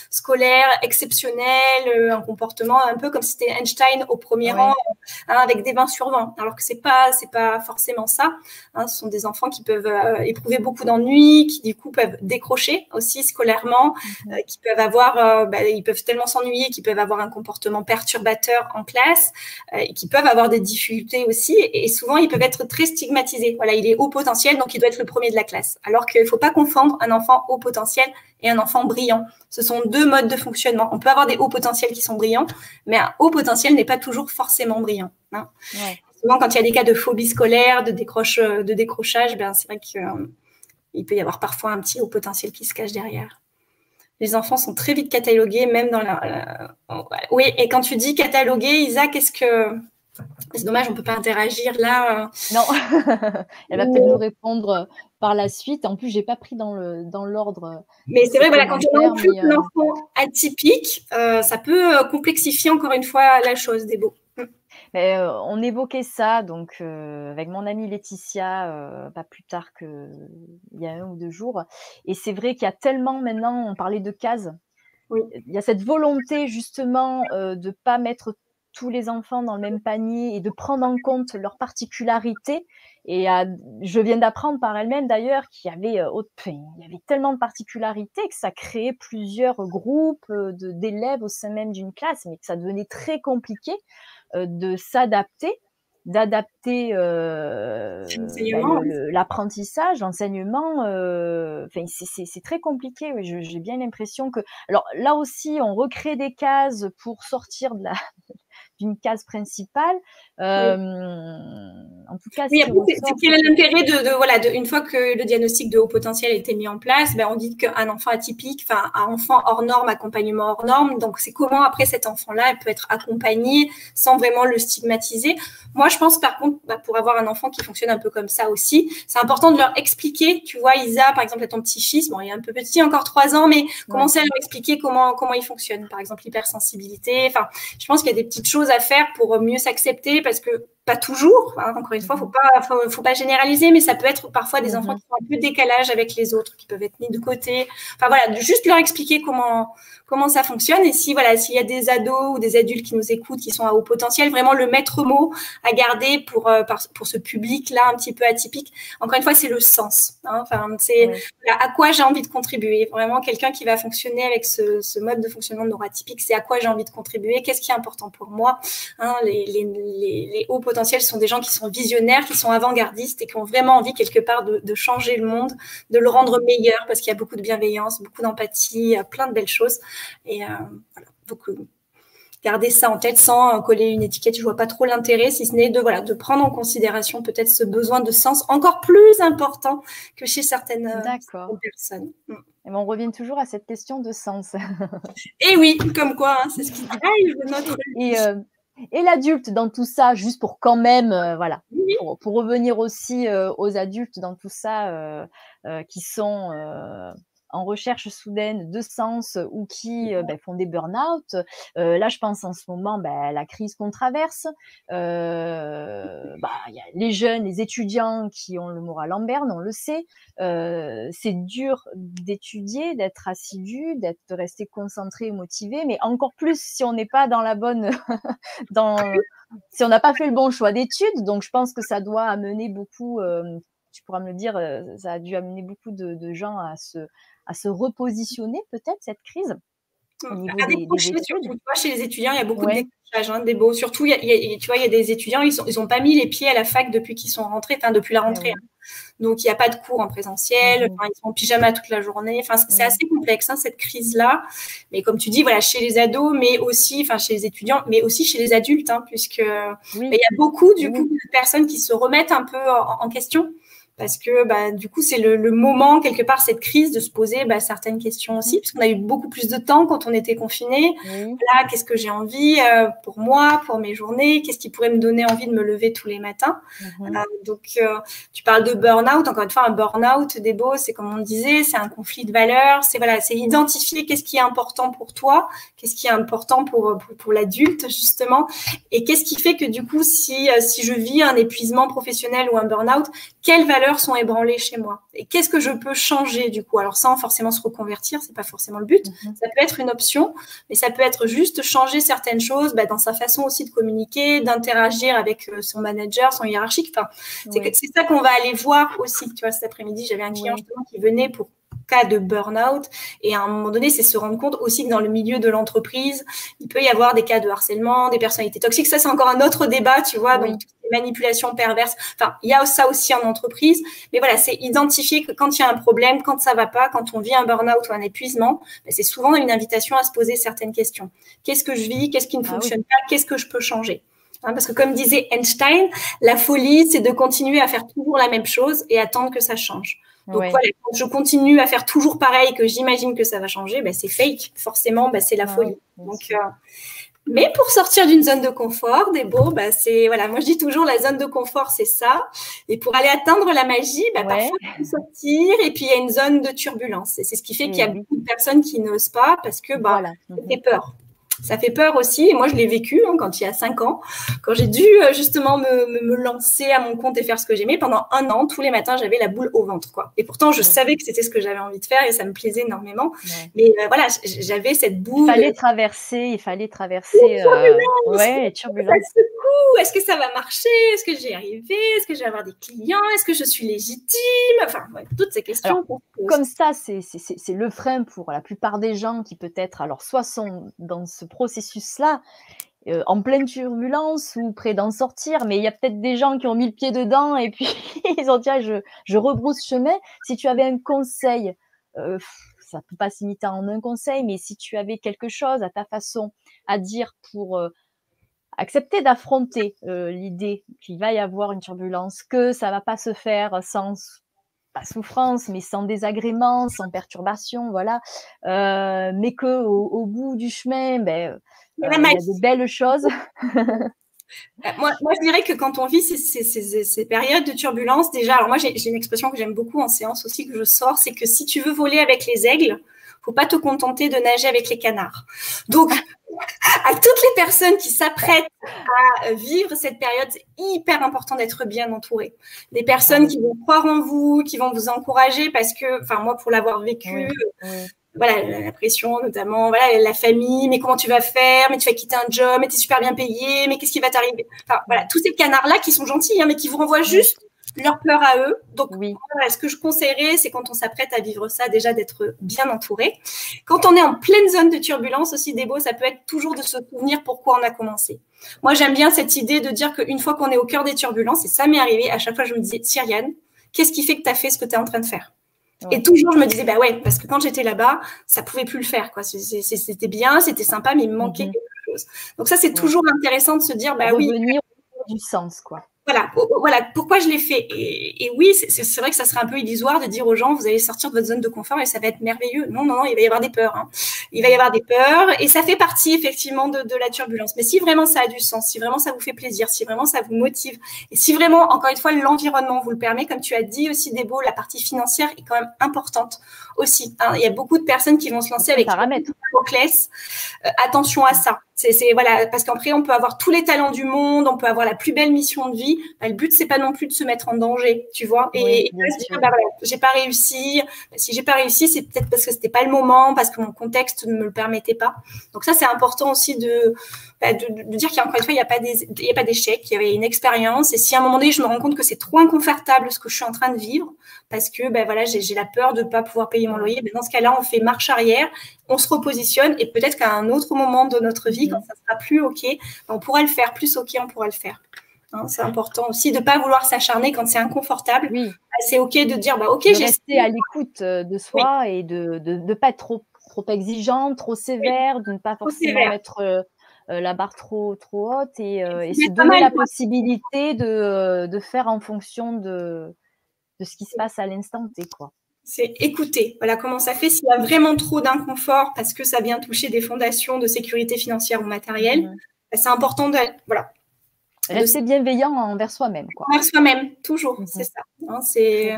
scolaire exceptionnel, euh, un comportement un peu comme si c'était Einstein au premier ouais. rang, hein, avec des vingt sur vingt. Alors que c'est pas, c'est pas forcément ça. Hein, ce sont des enfants qui peuvent euh, éprouver beaucoup d'ennuis, qui du coup peuvent décrocher aussi scolairement, mmh. euh, qui peuvent avoir, euh, bah, ils peuvent tellement s'ennuyer, qu'ils peuvent avoir un comportement perturbateur en classe, euh, et qui peuvent avoir des difficultés aussi. Et, et souvent, ils peuvent être très stigmatisés. Voilà, il est haut potentiel, donc il doit être le premier de la classe. Alors qu'il ne faut pas confondre un enfant haut potentiel et un enfant brillant. Ce sont deux modes de fonctionnement. On peut avoir des hauts potentiels qui sont brillants, mais un haut potentiel n'est pas toujours forcément brillant. Hein. Ouais. Souvent, quand il y a des cas de phobie scolaire, de, décroche, de décrochage, ben, c'est vrai qu'il euh, peut y avoir parfois un petit haut potentiel qui se cache derrière. Les enfants sont très vite catalogués, même dans la... la... Oui, et quand tu dis cataloguer, Isa, qu'est-ce que... C'est dommage, on ne peut pas interagir là. Non, elle va peut-être nous répondre par la suite. En plus, je n'ai pas pris dans le dans l'ordre. Mais c'est vrai, voilà, quand on occupe mais, euh... l'enfant atypique, euh, ça peut complexifier encore une fois la chose, Débo. Mais, euh, on évoquait ça donc euh, avec mon amie Laetitia, euh, pas plus tard qu'il y a un ou deux jours. Et c'est vrai qu'il y a tellement maintenant, on parlait de cases. Oui. Il y a cette volonté justement euh, de ne pas mettre tous les enfants dans le même panier et de prendre en compte leurs particularités. Et euh, je viens d'apprendre par elle-même d'ailleurs qu'il y avait, euh, il y avait tellement de particularités que ça créait plusieurs groupes euh, de, d'élèves au sein même d'une classe, mais que ça devenait très compliqué euh, de s'adapter, d'adapter euh, ben, le, l'apprentissage, l'enseignement. Euh, c'est, c'est très compliqué. Oui, je, j'ai bien l'impression que... Alors là aussi, on recrée des cases pour sortir de la... d'une case principale. Euh, oui. En tout cas, oui, après, c'est, c'est quel est l'intérêt de, de voilà, de, une fois que le diagnostic de haut potentiel a été mis en place, ben on dit qu'un enfant atypique, enfin un enfant hors norme, accompagnement hors norme. Donc c'est comment après cet enfant-là peut être accompagné sans vraiment le stigmatiser. Moi, je pense par contre, bah, pour avoir un enfant qui fonctionne un peu comme ça aussi, c'est important de leur expliquer. Tu vois, Isa, par exemple, à ton petit-fils, bon, il est un peu petit, encore trois ans, mais ouais. commencer à leur expliquer comment comment il fonctionne. Par exemple, l'hypersensibilité. Enfin, je pense qu'il y a des petites choses à faire pour mieux s'accepter parce que pas toujours, hein, encore une fois, faut pas, faut, faut pas généraliser, mais ça peut être parfois des mm-hmm. enfants qui sont un peu décalage avec les autres, qui peuvent être mis de côté. Enfin voilà, juste leur expliquer comment comment ça fonctionne et si voilà, s'il y a des ados ou des adultes qui nous écoutent, qui sont à haut potentiel, vraiment le maître mot à garder pour euh, pour ce public-là un petit peu atypique. Encore une fois, c'est le sens. Hein, enfin, c'est oui. voilà, à quoi j'ai envie de contribuer. Vraiment, quelqu'un qui va fonctionner avec ce, ce mode de fonctionnement neuroatypique, c'est à quoi j'ai envie de contribuer. Qu'est-ce qui est important pour moi. Hein, les, les, les, les hauts potentiels sont des gens qui sont visionnaires, qui sont avant-gardistes et qui ont vraiment envie quelque part de, de changer le monde, de le rendre meilleur parce qu'il y a beaucoup de bienveillance, beaucoup d'empathie, plein de belles choses. Et euh, voilà, donc euh, garder ça en tête sans coller une étiquette. Je vois pas trop l'intérêt, si ce n'est de voilà de prendre en considération peut-être ce besoin de sens encore plus important que chez certaines, certaines personnes. Et on revient toujours à cette question de sens. Et oui, comme quoi, hein, c'est ce qui drive notre et, euh, et l'adulte dans tout ça, juste pour quand même, euh, voilà, oui. pour, pour revenir aussi euh, aux adultes dans tout ça, euh, euh, qui sont euh, en recherche soudaine de sens ou qui euh, ben, font des burn-out. Euh, là, je pense en ce moment, ben, la crise qu'on traverse. Euh, bah, y a les jeunes, les étudiants qui ont le moral en berne, on le sait. Euh, c'est dur d'étudier, d'être assidu, d'être de rester concentré et motivé, mais encore plus si on n'est pas dans la bonne... dans, si on n'a pas fait le bon choix d'études. Donc, je pense que ça doit amener beaucoup... Euh, tu pourras me le dire, ça a dû amener beaucoup de, de gens à se, à se repositionner, peut-être, cette crise, au niveau à des, des études. Surtout, tu vois, chez les étudiants, il y a beaucoup ouais. de décrochage, hein, des beaux. Surtout, il y a, il y a, tu vois, il y a des étudiants, ils n'ont ils ont pas mis les pieds à la fac depuis qu'ils sont rentrés, enfin, depuis la rentrée. Ouais. Hein. Donc, il n'y a pas de cours en présentiel, mmh. enfin, ils sont en pyjama toute la journée. Enfin, c'est mmh. assez complexe, hein, cette crise-là. Mais comme tu dis, voilà, chez les ados, mais aussi, enfin, chez les étudiants, mais aussi chez les adultes, hein, puisque oui. il y a beaucoup, du oui. coup, de personnes qui se remettent un peu en, en question. Parce que bah, du coup, c'est le, le moment, quelque part, cette crise, de se poser bah, certaines questions aussi, puisqu'on a eu beaucoup plus de temps quand on était confinés. Mmh. Là, qu'est-ce que j'ai envie euh, pour moi, pour mes journées? Qu'est-ce qui pourrait me donner envie de me lever tous les matins? Mmh. euh, Donc, euh, tu parles de burn-out. Encore une fois, un burn-out, Débo, c'est comme on disait, c'est un conflit de valeurs. C'est voilà, c'est identifier qu'est-ce qui est important pour toi, qu'est-ce qui est important pour, pour, pour l'adulte, justement. Et qu'est-ce qui fait que, du coup, si, si je vis un épuisement professionnel ou un burn-out, quelle valeur valeurs sont ébranlées chez moi. Et qu'est-ce que je peux changer du coup? Alors sans forcément se reconvertir, c'est pas forcément le but. Mm-hmm. Ça peut être une option, mais ça peut être juste changer certaines choses bah, dans sa façon aussi de communiquer, d'interagir avec euh, son manager, son hiérarchique. Enfin, c'est, oui. c'est ça qu'on va aller voir aussi. Tu vois, cet après-midi, j'avais un client oui. justement qui venait pour cas de burn-out et à un moment donné, c'est se rendre compte aussi que dans le milieu de l'entreprise, il peut y avoir des cas de harcèlement, des personnalités toxiques. Ça, c'est encore un autre débat, tu vois, oui. donc les manipulations perverses. Enfin, il y a ça aussi en entreprise, mais voilà, c'est identifier que quand il y a un problème, quand ça va pas, quand on vit un burn-out ou un épuisement, ben, c'est souvent une invitation à se poser certaines questions. Qu'est-ce que je vis? Qu'est-ce qui ne ah, fonctionne oui. pas? Qu'est-ce que je peux changer? Hein, parce que comme disait Einstein, la folie, c'est de continuer à faire toujours la même chose et attendre que ça change. Donc ouais. voilà, quand je continue à faire toujours pareil, que j'imagine que ça va changer, ben c'est fake. Forcément, ben c'est la ah, folie. Oui, donc, euh, mais pour sortir d'une zone de confort, des beaux, ben c'est voilà. Moi je dis toujours la zone de confort, c'est ça. Et pour aller atteindre la magie, ben ouais. parfois il faut sortir. Et puis il y a une zone de turbulence. Et c'est ce qui fait et qu'il y a oui. beaucoup de personnes qui n'osent pas parce que ben voilà. ça fait peur. Ça fait peur aussi, et moi je l'ai vécu hein, quand il y a cinq ans, quand j'ai dû euh, justement me, me, me lancer à mon compte et faire ce que j'aimais. Pendant un an, tous les matins, j'avais la boule au ventre, quoi. Et pourtant, je ouais. savais que c'était ce que j'avais envie de faire et ça me plaisait énormément. Ouais. Mais euh, voilà, j'avais cette boule. Il fallait traverser, il fallait traverser. Les turbulences, euh... ouais, les turbulences. Est-ce que ça va marcher? Est-ce que j'y arrivé? Est-ce que je vais avoir des clients? Est-ce que je suis légitime? Enfin, ouais, toutes ces questions. Alors, comme ça, c'est, c'est, c'est le frein pour la plupart des gens qui peut-être, alors soit sont dans ce processus-là, euh, en pleine turbulence ou près d'en sortir, mais il y a peut-être des gens qui ont mis le pied dedans et puis ils ont dit ah, je, je rebrousse chemin. Si tu avais un conseil, euh, ça peut pas s'imiter en un conseil, mais si tu avais quelque chose à ta façon à dire pour euh, accepter d'affronter euh, l'idée qu'il va y avoir une turbulence, que ça va pas se faire sans pas souffrance, mais sans désagrément, sans perturbation, voilà. Euh, mais que au, au bout du chemin, ben, euh, il y a de belles choses. moi, moi, je dirais que quand on vit ces, ces, ces, ces périodes de turbulence, déjà, alors moi, j'ai, j'ai une expression que j'aime beaucoup en séance aussi, que je sors, c'est que si tu veux voler avec les aigles, faut pas te contenter de nager avec les canards. Donc, à toutes les personnes qui s'apprêtent à vivre cette période, c'est hyper important d'être bien entouré. Des personnes qui vont croire en vous, qui vont vous encourager parce que, enfin, moi, pour l'avoir vécu, oui, oui. voilà, la pression, notamment, voilà, la famille, mais comment tu vas faire, mais tu vas quitter un job, mais tu es super bien payé, mais qu'est-ce qui va t'arriver? Enfin, voilà, tous ces canards-là qui sont gentils, hein, mais qui vous renvoient juste leur peur à eux. Donc, oui. voilà, ce que je conseillerais, c'est quand on s'apprête à vivre ça, déjà d'être bien entouré. Quand on est en pleine zone de turbulence aussi, des beaux, ça peut être toujours de se souvenir pourquoi on a commencé. Moi, j'aime bien cette idée de dire qu'une fois qu'on est au cœur des turbulences, et ça m'est arrivé, à chaque fois, je me disais, Cyriane, qu'est-ce qui fait que tu as fait ce que tu es en train de faire? Ouais. Et toujours, je me disais, bah ouais, parce que quand j'étais là-bas, ça pouvait plus le faire, quoi. C'était bien, c'était sympa, mais il me manquait mm-hmm. quelque chose. Donc ça, c'est ouais. toujours intéressant de se dire, bah Revenir oui. Revenir du sens, quoi. Voilà, voilà, pourquoi je l'ai fait. Et, et oui, c'est, c'est vrai que ça serait un peu illusoire de dire aux gens, vous allez sortir de votre zone de confort et ça va être merveilleux. Non, non, non, il va y avoir des peurs. Hein. Il va y avoir des peurs et ça fait partie effectivement de, de la turbulence. Mais si vraiment ça a du sens, si vraiment ça vous fait plaisir, si vraiment ça vous motive et si vraiment, encore une fois, l'environnement vous le permet, comme tu as dit aussi, Debo, la partie financière est quand même importante aussi. Hein. Il y a beaucoup de personnes qui vont se lancer avec paramètres. Euh, attention à ça. C'est, c'est voilà, parce qu'après on peut avoir tous les talents du monde, on peut avoir la plus belle mission de vie. Bah, le but c'est pas non plus de se mettre en danger, tu vois. Et, oui, et se dire bah voilà, j'ai pas réussi. Bah, si j'ai pas réussi, c'est peut-être parce que c'était pas le moment, parce que mon contexte ne me le permettait pas. Donc ça c'est important aussi de, bah, de, de dire qu'il y a encore une fois il y a pas des, il y a pas d'échec, il y a une expérience. Et si à un moment donné je me rends compte que c'est trop inconfortable ce que je suis en train de vivre, parce que bah voilà j'ai, j'ai la peur de pas pouvoir payer mon loyer, bah, dans ce cas-là on fait marche arrière, on se repositionne et peut-être qu'à un autre moment de notre vie, quand ça sera plus OK, on pourra le faire. Plus OK, on pourra le faire. Hein, c'est important aussi de ne pas vouloir s'acharner quand c'est inconfortable. Oui. C'est OK de dire, bah, OK, de j'ai rester à l'écoute de soi oui. et de ne pas être trop, trop exigeante, trop sévère, oui. de ne pas forcément mettre euh, la barre trop, trop haute et, euh, et se donner la possibilité de, de faire en fonction de, de ce qui se passe à l'instant T, quoi. C'est écouter. Voilà comment ça fait. S'il y a vraiment trop d'inconfort parce que ça vient toucher des fondations de sécurité financière ou matérielle, mmh. bah, c'est important de voilà. Rester de... bienveillant envers soi-même, quoi. Envers soi-même, toujours. Mmh. C'est ça. Hein, c'est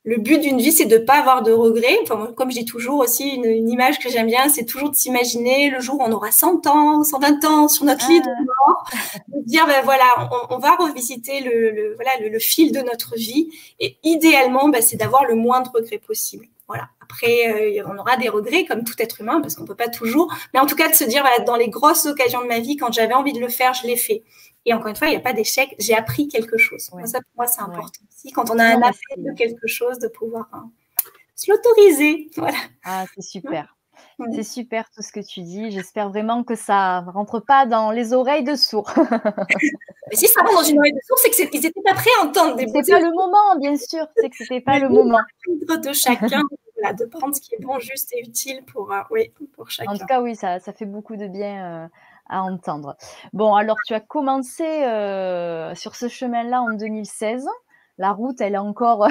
le but d'une vie, c'est de ne pas avoir de regrets. Enfin, comme je dis toujours aussi, une, une image que j'aime bien, c'est toujours de s'imaginer le jour où on aura cent ans, cent vingt ans sur notre lit de mort, de dire, ben voilà, on, on va revisiter le, le, voilà, le, le fil de notre vie. Et idéalement, ben, c'est d'avoir le moins de regrets possible. Voilà. Après, euh, on aura des regrets comme tout être humain parce qu'on ne peut pas toujours. Mais en tout cas, de se dire, voilà, dans les grosses occasions de ma vie, quand j'avais envie de le faire, je l'ai fait. Et encore une fois, il n'y a pas d'échec. J'ai appris quelque chose. Ouais. Moi, ça, pour moi, c'est important ouais. aussi. Quand on a non, un appel de quelque chose, de pouvoir hein, se l'autoriser. Voilà. Ah, c'est super. Ouais. C'est super tout ce que tu dis. J'espère vraiment que ça ne rentre pas dans les oreilles de sourds. Mais si ça rentre dans une oreille de sourd, c'est qu'ils n'étaient pas prêts à entendre des mots. C'est pas le moment, bien sûr. C'est que c'était pas le moment. De chacun, voilà, de prendre ce qui est bon, juste et utile pour, euh, oui, pour chacun. En tout cas, oui, ça, ça fait beaucoup de bien euh, à entendre. Bon, alors tu as commencé euh, sur ce chemin-là en deux mille seize. La route, elle est encore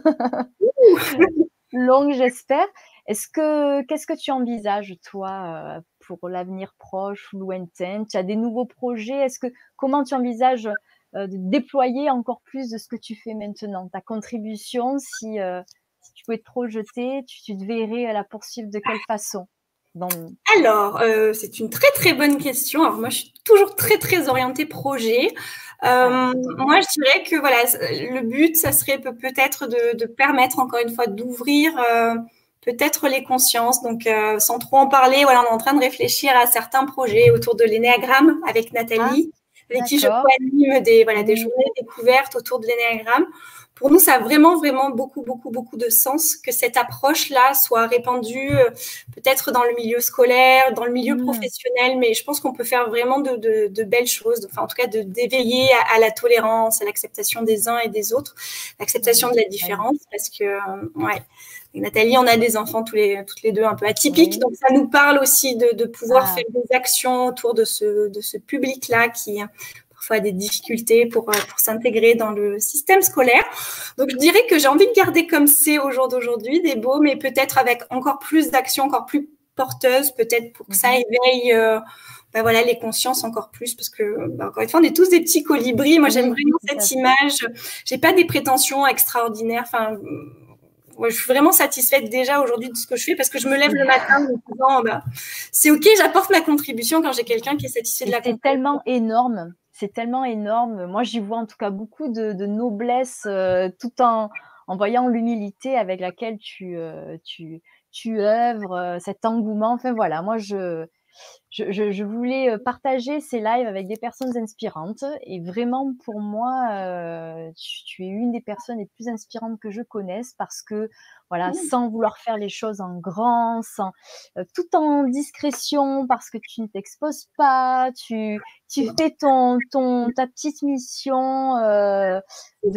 longue, j'espère. Est-ce que qu'est-ce que tu envisages, toi, pour l'avenir proche ou lointain? Tu as des nouveaux projets? Est-ce que comment tu envisages euh, de déployer encore plus de ce que tu fais maintenant? Ta contribution, si, euh, si tu pouvais te projeter, tu, tu te verrais la poursuivre de quelle façon? Dans... Alors, euh, c'est une très très bonne question. Alors moi, je suis toujours très très orientée projet. Euh, ah, moi, je dirais que voilà, le but, ça serait peut-être de, de permettre encore une fois d'ouvrir euh, peut-être les consciences. Donc, euh, sans trop en parler, voilà, on est en train de réfléchir à certains projets autour de l'énéagramme avec Nathalie, ah, avec qui je co-anime des voilà des journées découvertes autour de l'énéagramme. Pour nous, ça a vraiment, vraiment beaucoup, beaucoup, beaucoup de sens que cette approche-là soit répandue euh, peut-être dans le milieu scolaire, dans le milieu mmh. professionnel, mais je pense qu'on peut faire vraiment de, de, de belles choses, enfin en tout cas de d'éveiller à, à la tolérance, à l'acceptation des uns et des autres, l'acceptation mmh. de la différence, parce que, euh, ouais, avec Nathalie, on a des enfants tous les, toutes les deux un peu atypiques, oui. donc ça nous parle aussi de, de pouvoir ah. faire des actions autour de ce, de ce public-là qui parfois des difficultés pour, pour s'intégrer dans le système scolaire. Donc, je dirais que j'ai envie de garder comme c'est au jour d'aujourd'hui, des beaux, mais peut-être avec encore plus d'actions, encore plus porteuses, peut-être pour que ça éveille euh, ben voilà, les consciences encore plus, parce que, ben encore une fois, on est tous des petits colibris. Moi, j'aime vraiment cette image. J'ai pas des prétentions extraordinaires. Enfin, moi, je suis vraiment satisfaite déjà aujourd'hui de ce que je fais parce que je me lève le matin en me disant, ben, c'est OK, j'apporte ma contribution quand j'ai quelqu'un qui est satisfait de la contribution. C'est tellement énorme. C'est tellement énorme. Moi, j'y vois en tout cas beaucoup de, de noblesse euh, tout en, en voyant l'humilité avec laquelle tu, euh, tu, tu œuvres, euh, cet engouement. Enfin, voilà, moi, je, je, je, je voulais partager ces lives avec des personnes inspirantes. Et vraiment, pour moi, euh, tu, tu es une des personnes les plus inspirantes que je connaisse parce que, voilà, mmh. sans vouloir faire les choses en grand, sans, euh, tout en discrétion, parce que tu ne t'exposes pas, tu, tu fais ton, ton, ta petite mission euh, de, de,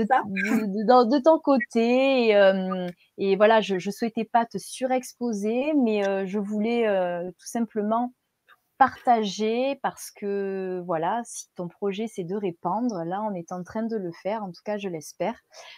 de, de ton côté. Et, euh, et voilà, je ne souhaitais pas te surexposer, mais euh, je voulais euh, tout simplement partager parce que voilà, si ton projet c'est de répandre, là on est en train de le faire, en tout cas je l'espère,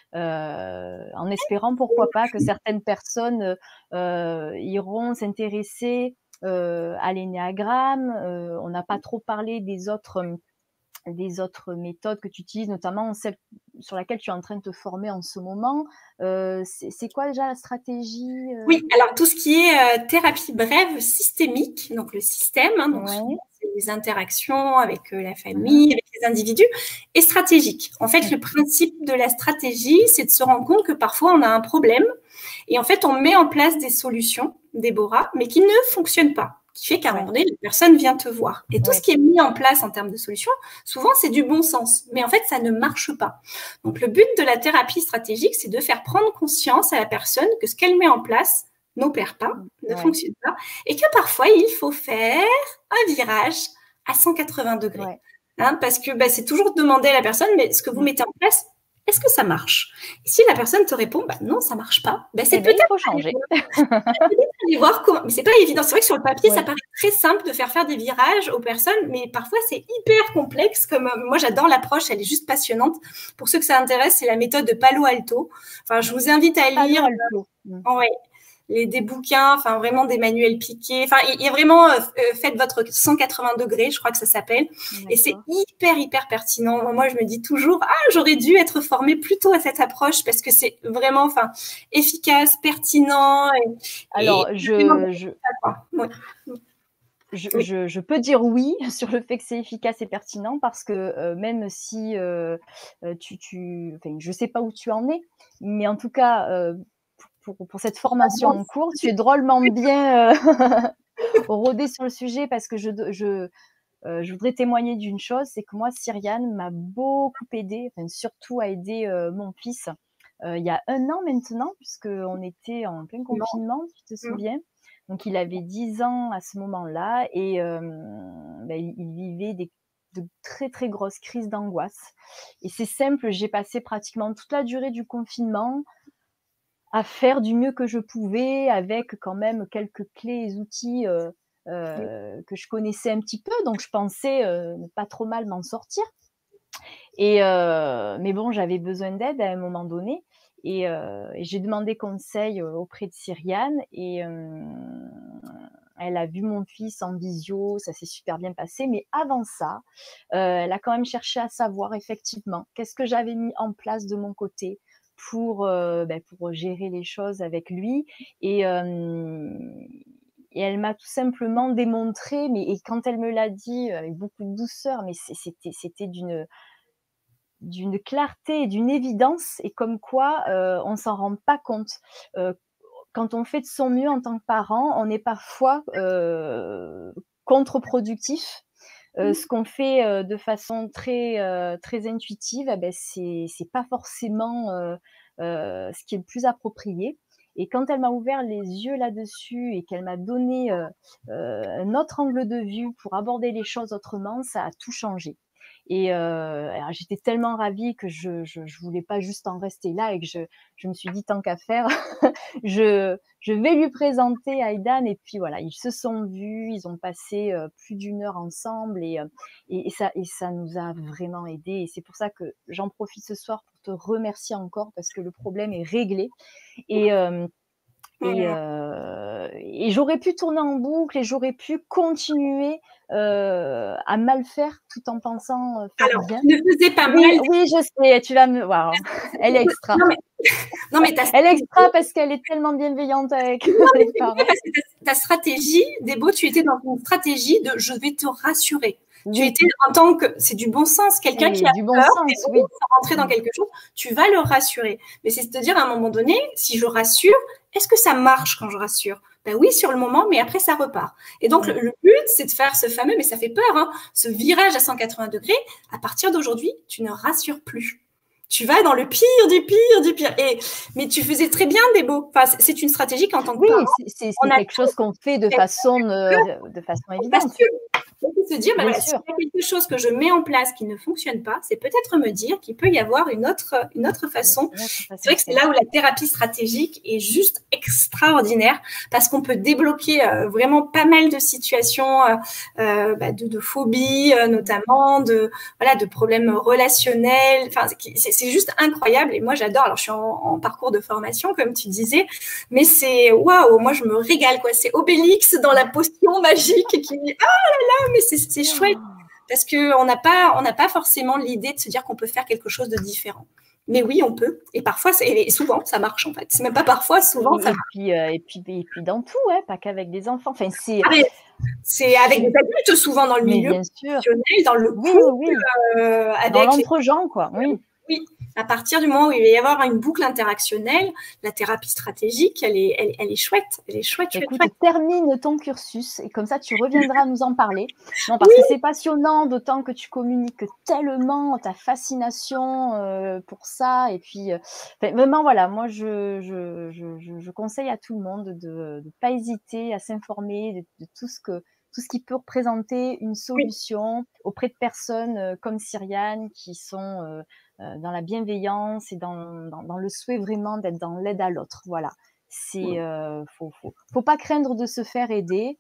euh, en espérant pourquoi pas que certaines personnes euh, iront s'intéresser euh, à l'énéagramme. Euh, on n'a pas trop parlé des autres des autres méthodes que tu utilises, notamment celle sur laquelle tu es en train de te former en ce moment. Euh, c'est quoi déjà la stratégie euh... Oui, alors tout ce qui est euh, thérapie brève systémique, donc le système, hein, donc ouais. c'est les interactions avec euh, la famille, mmh. avec les individus, et stratégique. En fait, mmh. le principe de la stratégie, c'est de se rendre compte que parfois on a un problème, et en fait on met en place des solutions, Déborah, mais qui ne fonctionnent pas. Qui fait qu'à un ouais. moment donné, la personne vient te voir. Et tout ouais. ce qui est mis en place en termes de solutions, souvent, c'est du bon sens. Mais en fait, ça ne marche pas. Donc, le but de la thérapie stratégique, c'est de faire prendre conscience à la personne que ce qu'elle met en place n'opère pas, ne ouais. fonctionne pas, et que parfois, il faut faire un virage à cent quatre-vingts degrés. Ouais. Hein, parce que bah, c'est toujours demander à la personne, mais ce que vous mettez en place, est-ce que ça marche? Et si la personne te répond, bah non, ça marche pas, bah, c'est peut-être faut changer. Aller voir comment. Mais c'est pas évident. C'est vrai que sur le papier, ouais. ça paraît très simple de faire faire des virages aux personnes, mais parfois c'est hyper complexe. Comme euh, moi, j'adore l'approche, elle est juste passionnante. Pour ceux que ça intéresse, c'est la méthode de Palo Alto. Enfin, je vous invite à lire. Palo Alto. Euh, ouais. les, des bouquins, enfin vraiment des manuels piqués. Enfin, il y a vraiment euh, faites votre cent quatre-vingts degrés, je crois que ça s'appelle. Et c'est hyper, hyper pertinent. Moi, je me dis toujours, ah, j'aurais dû être formée plus tôt à cette approche parce que c'est vraiment, enfin, efficace, pertinent. Et, Alors, et je, je, ouais. je, oui. je, je peux dire oui sur le fait que c'est efficace et pertinent parce que euh, même si euh, tu, tu, enfin, je sais pas où tu en es, mais en tout cas, euh, pour, pour cette formation en cours, tu es drôlement bien euh, rodé sur le sujet parce que je, je, euh, je voudrais témoigner d'une chose, c'est que moi, Cyriane m'a beaucoup aidée, enfin, surtout à aider euh, mon fils euh, il y a un an maintenant, puisqu'on était en plein confinement, tu te souviens. Donc, il avait dix ans à ce moment-là et euh, ben, il, il vivait des, de très, très grosses crises d'angoisse. Et c'est simple, j'ai passé pratiquement toute la durée du confinement à faire du mieux que je pouvais avec quand même quelques clés et outils euh, euh, que je connaissais un petit peu. Donc, je pensais euh, ne pas trop mal m'en sortir. Et, euh, mais bon, j'avais besoin d'aide à un moment donné. Et, euh, et j'ai demandé conseil auprès de Cyriane et euh, elle a vu mon fils en visio, ça s'est super bien passé. Mais avant ça, euh, elle a quand même cherché à savoir effectivement qu'est-ce que j'avais mis en place de mon côté pour, euh, ben, pour gérer les choses avec lui. Et, euh, et elle m'a tout simplement démontré, mais et quand elle me l'a dit avec beaucoup de douceur, mais c'était, c'était d'une d'une clarté et d'une évidence, et comme quoi euh, on s'en rend pas compte. Euh, quand on fait de son mieux en tant que parent, on est parfois euh, contre-productif. Euh, ce qu'on fait euh, de façon très euh, très intuitive, eh ben c'est c'est pas forcément euh, euh, ce qui est le plus approprié. Et quand elle m'a ouvert les yeux là-dessus et qu'elle m'a donné euh, euh, un autre angle de vue pour aborder les choses autrement, ça a tout changé. Et euh, j'étais tellement ravie que je, je je voulais pas juste en rester là et que je je me suis dit tant qu'à faire, je je vais lui présenter Aïdan. Et puis voilà, ils se sont vus, ils ont passé euh, plus d'une heure ensemble et, euh, et et ça et ça nous a vraiment aidé. Et c'est pour ça que j'en profite ce soir pour te remercier encore parce que le problème est réglé. Et euh, Et, euh, et j'aurais pu tourner en boucle et j'aurais pu continuer euh, à mal faire tout en pensant faire Alors, bien. ne faisais pas oui, mal. Oui, je sais, tu vas me voir. Elle est extra. Non, mais, non, mais elle est extra parce qu'elle est tellement bienveillante avec non, les parents. Parce que ta, ta stratégie, Débo, tu étais dans une stratégie de je vais te rassurer. Oui. Tu étais en tant que, c'est du bon sens, quelqu'un qui a du bon peur, sens, oui. sans rentrer dans quelque chose, tu vas le rassurer. Mais c'est de te dire à un moment donné, si je rassure, est-ce que ça marche quand je rassure? Ben oui, sur le moment, mais après ça repart. Et donc oui. le, le but, c'est de faire ce fameux, mais ça fait peur, hein, ce virage à cent quatre-vingts degrés. À partir d'aujourd'hui, tu ne rassures plus. Tu vas dans le pire du pire du pire. Et, mais tu faisais très bien, Débo. Enfin, c'est une stratégie qu'en tant que oui, parent, c'est quelque chose qu'on fait de façon, euh, de façon évidente. On peut se dire, bah voilà, s'il y a quelque chose que je mets en place qui ne fonctionne pas, c'est peut-être me dire qu'il peut y avoir une autre, une autre façon. C'est vrai que c'est là où la thérapie stratégique est juste extraordinaire parce qu'on peut débloquer euh, vraiment pas mal de situations euh, euh, bah, de, de phobie, euh, notamment de voilà de problèmes relationnels. Enfin, c'est juste incroyable et moi j'adore. Alors je suis en, en parcours de formation comme tu disais, mais c'est waouh, moi je me régale quoi. C'est Obélix dans la potion magique qui dit ah là là. Mais c'est chouette parce qu'on n'a pas, on n'a pas forcément l'idée de se dire qu'on peut faire quelque chose de différent. Mais oui, on peut. Et parfois, et souvent, ça marche en fait. C'est même pas parfois, souvent, et, ça et marche. Puis, euh, et, puis, et puis dans tout, hein, pas qu'avec des enfants. Enfin, c'est ah, c'est avec des adultes, souvent dans le mais milieu bien sûr. dans le oui, couple, oui, oui. Euh, avec dans l'entre-gens, les... quoi. Oui. Oui. À partir du moment où il va y avoir une boucle interactionnelle, la thérapie stratégique, elle est, elle, elle est chouette. Elle est chouette, chouette, Écoute, chouette. termine ton cursus et comme ça, tu reviendras nous en parler. Non, parce oui. que c'est passionnant, d'autant que tu communiques tellement ta fascination euh, pour ça. Et puis, euh, vraiment, voilà, moi, je, je, je, je conseille à tout le monde de ne pas hésiter à s'informer de, de tout ce que tout ce qui peut représenter une solution auprès de personnes euh, comme Cyriane qui sont euh, euh, dans la bienveillance et dans, dans, dans le souhait vraiment d'être dans l'aide à l'autre. Voilà. C'est euh, faut, faut, faut pas craindre de se faire aider.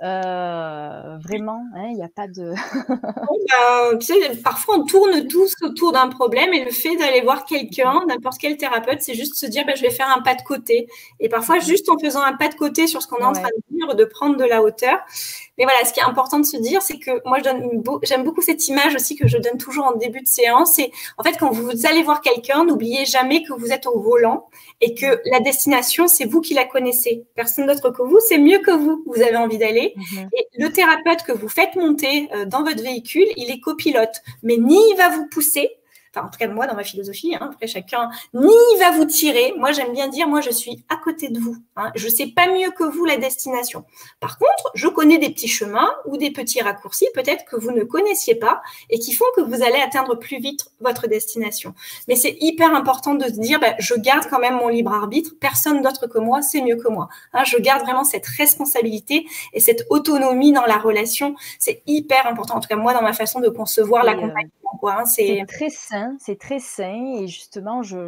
Euh, vraiment, hein, il n'y a pas de. Bon, ben, tu sais, parfois on tourne tous autour d'un problème et le fait d'aller voir quelqu'un, n'importe quel thérapeute, c'est juste se dire ben, je vais faire un pas de côté. Et parfois, juste en faisant un pas de côté sur ce qu'on est en train de vivre, de prendre de la hauteur. Mais voilà, ce qui est important de se dire, c'est que moi, je donne beau, j'aime beaucoup cette image aussi que je donne toujours en début de séance. C'est en fait, quand vous allez voir quelqu'un, n'oubliez jamais que vous êtes au volant et que la destination, c'est vous qui la connaissez. Personne d'autre que vous, c'est mieux que vous. Vous avez envie d'aller. Mm-hmm. Et le thérapeute que vous faites monter euh, dans votre véhicule, il est copilote, mais ni il va vous pousser. Enfin, en tout cas, moi, dans ma philosophie, hein, après chacun, ni il va vous tirer. Moi, j'aime bien dire, moi, je suis à côté de vous. Hein. Je sais pas mieux que vous la destination. Par contre, je connais des petits chemins ou des petits raccourcis, peut-être que vous ne connaissiez pas et qui font que vous allez atteindre plus vite votre destination. Mais c'est hyper important de se dire, bah, je garde quand même mon libre arbitre. Personne d'autre que moi, c'est mieux que moi. Hein, je garde vraiment cette responsabilité et cette autonomie dans la relation. C'est hyper important. En tout cas, moi, dans ma façon de concevoir l'accompagnement. Hein, c'est très sain, c'est très sain et justement, je,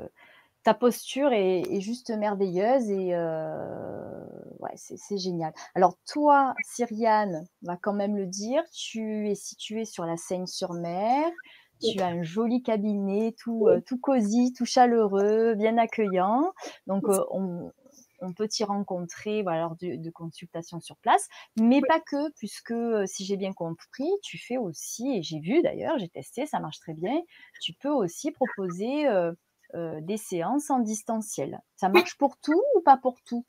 ta posture est, est juste merveilleuse et euh, ouais, c'est génial. Alors toi, Cyriane, on va quand même le dire, tu es située sur la Seine-sur-Mer, tu as un joli cabinet, tout, euh, tout cosy, tout chaleureux, bien accueillant. Donc euh, on on peut t'y rencontrer, voilà, lors de, de consultations sur place, mais oui. Pas que, puisque si j'ai bien compris, tu fais aussi, et j'ai vu d'ailleurs, j'ai testé, ça marche très bien, tu peux aussi proposer euh, euh, des séances en distanciel. Ça marche oui. Pour tout ou pas pour tout?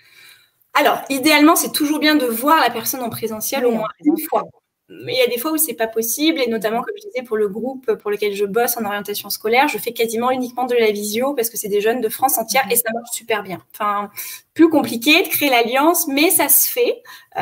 Alors, idéalement, c'est toujours bien de voir la personne en présentiel oui, au moins une fois. Mais il y a des fois où c'est pas possible, et notamment, comme je disais, pour le groupe pour lequel je bosse en orientation scolaire, je fais quasiment uniquement de la visio parce que c'est des jeunes de France entière mmh. et ça marche super bien. Enfin, plus compliqué de créer l'alliance, mais ça se fait.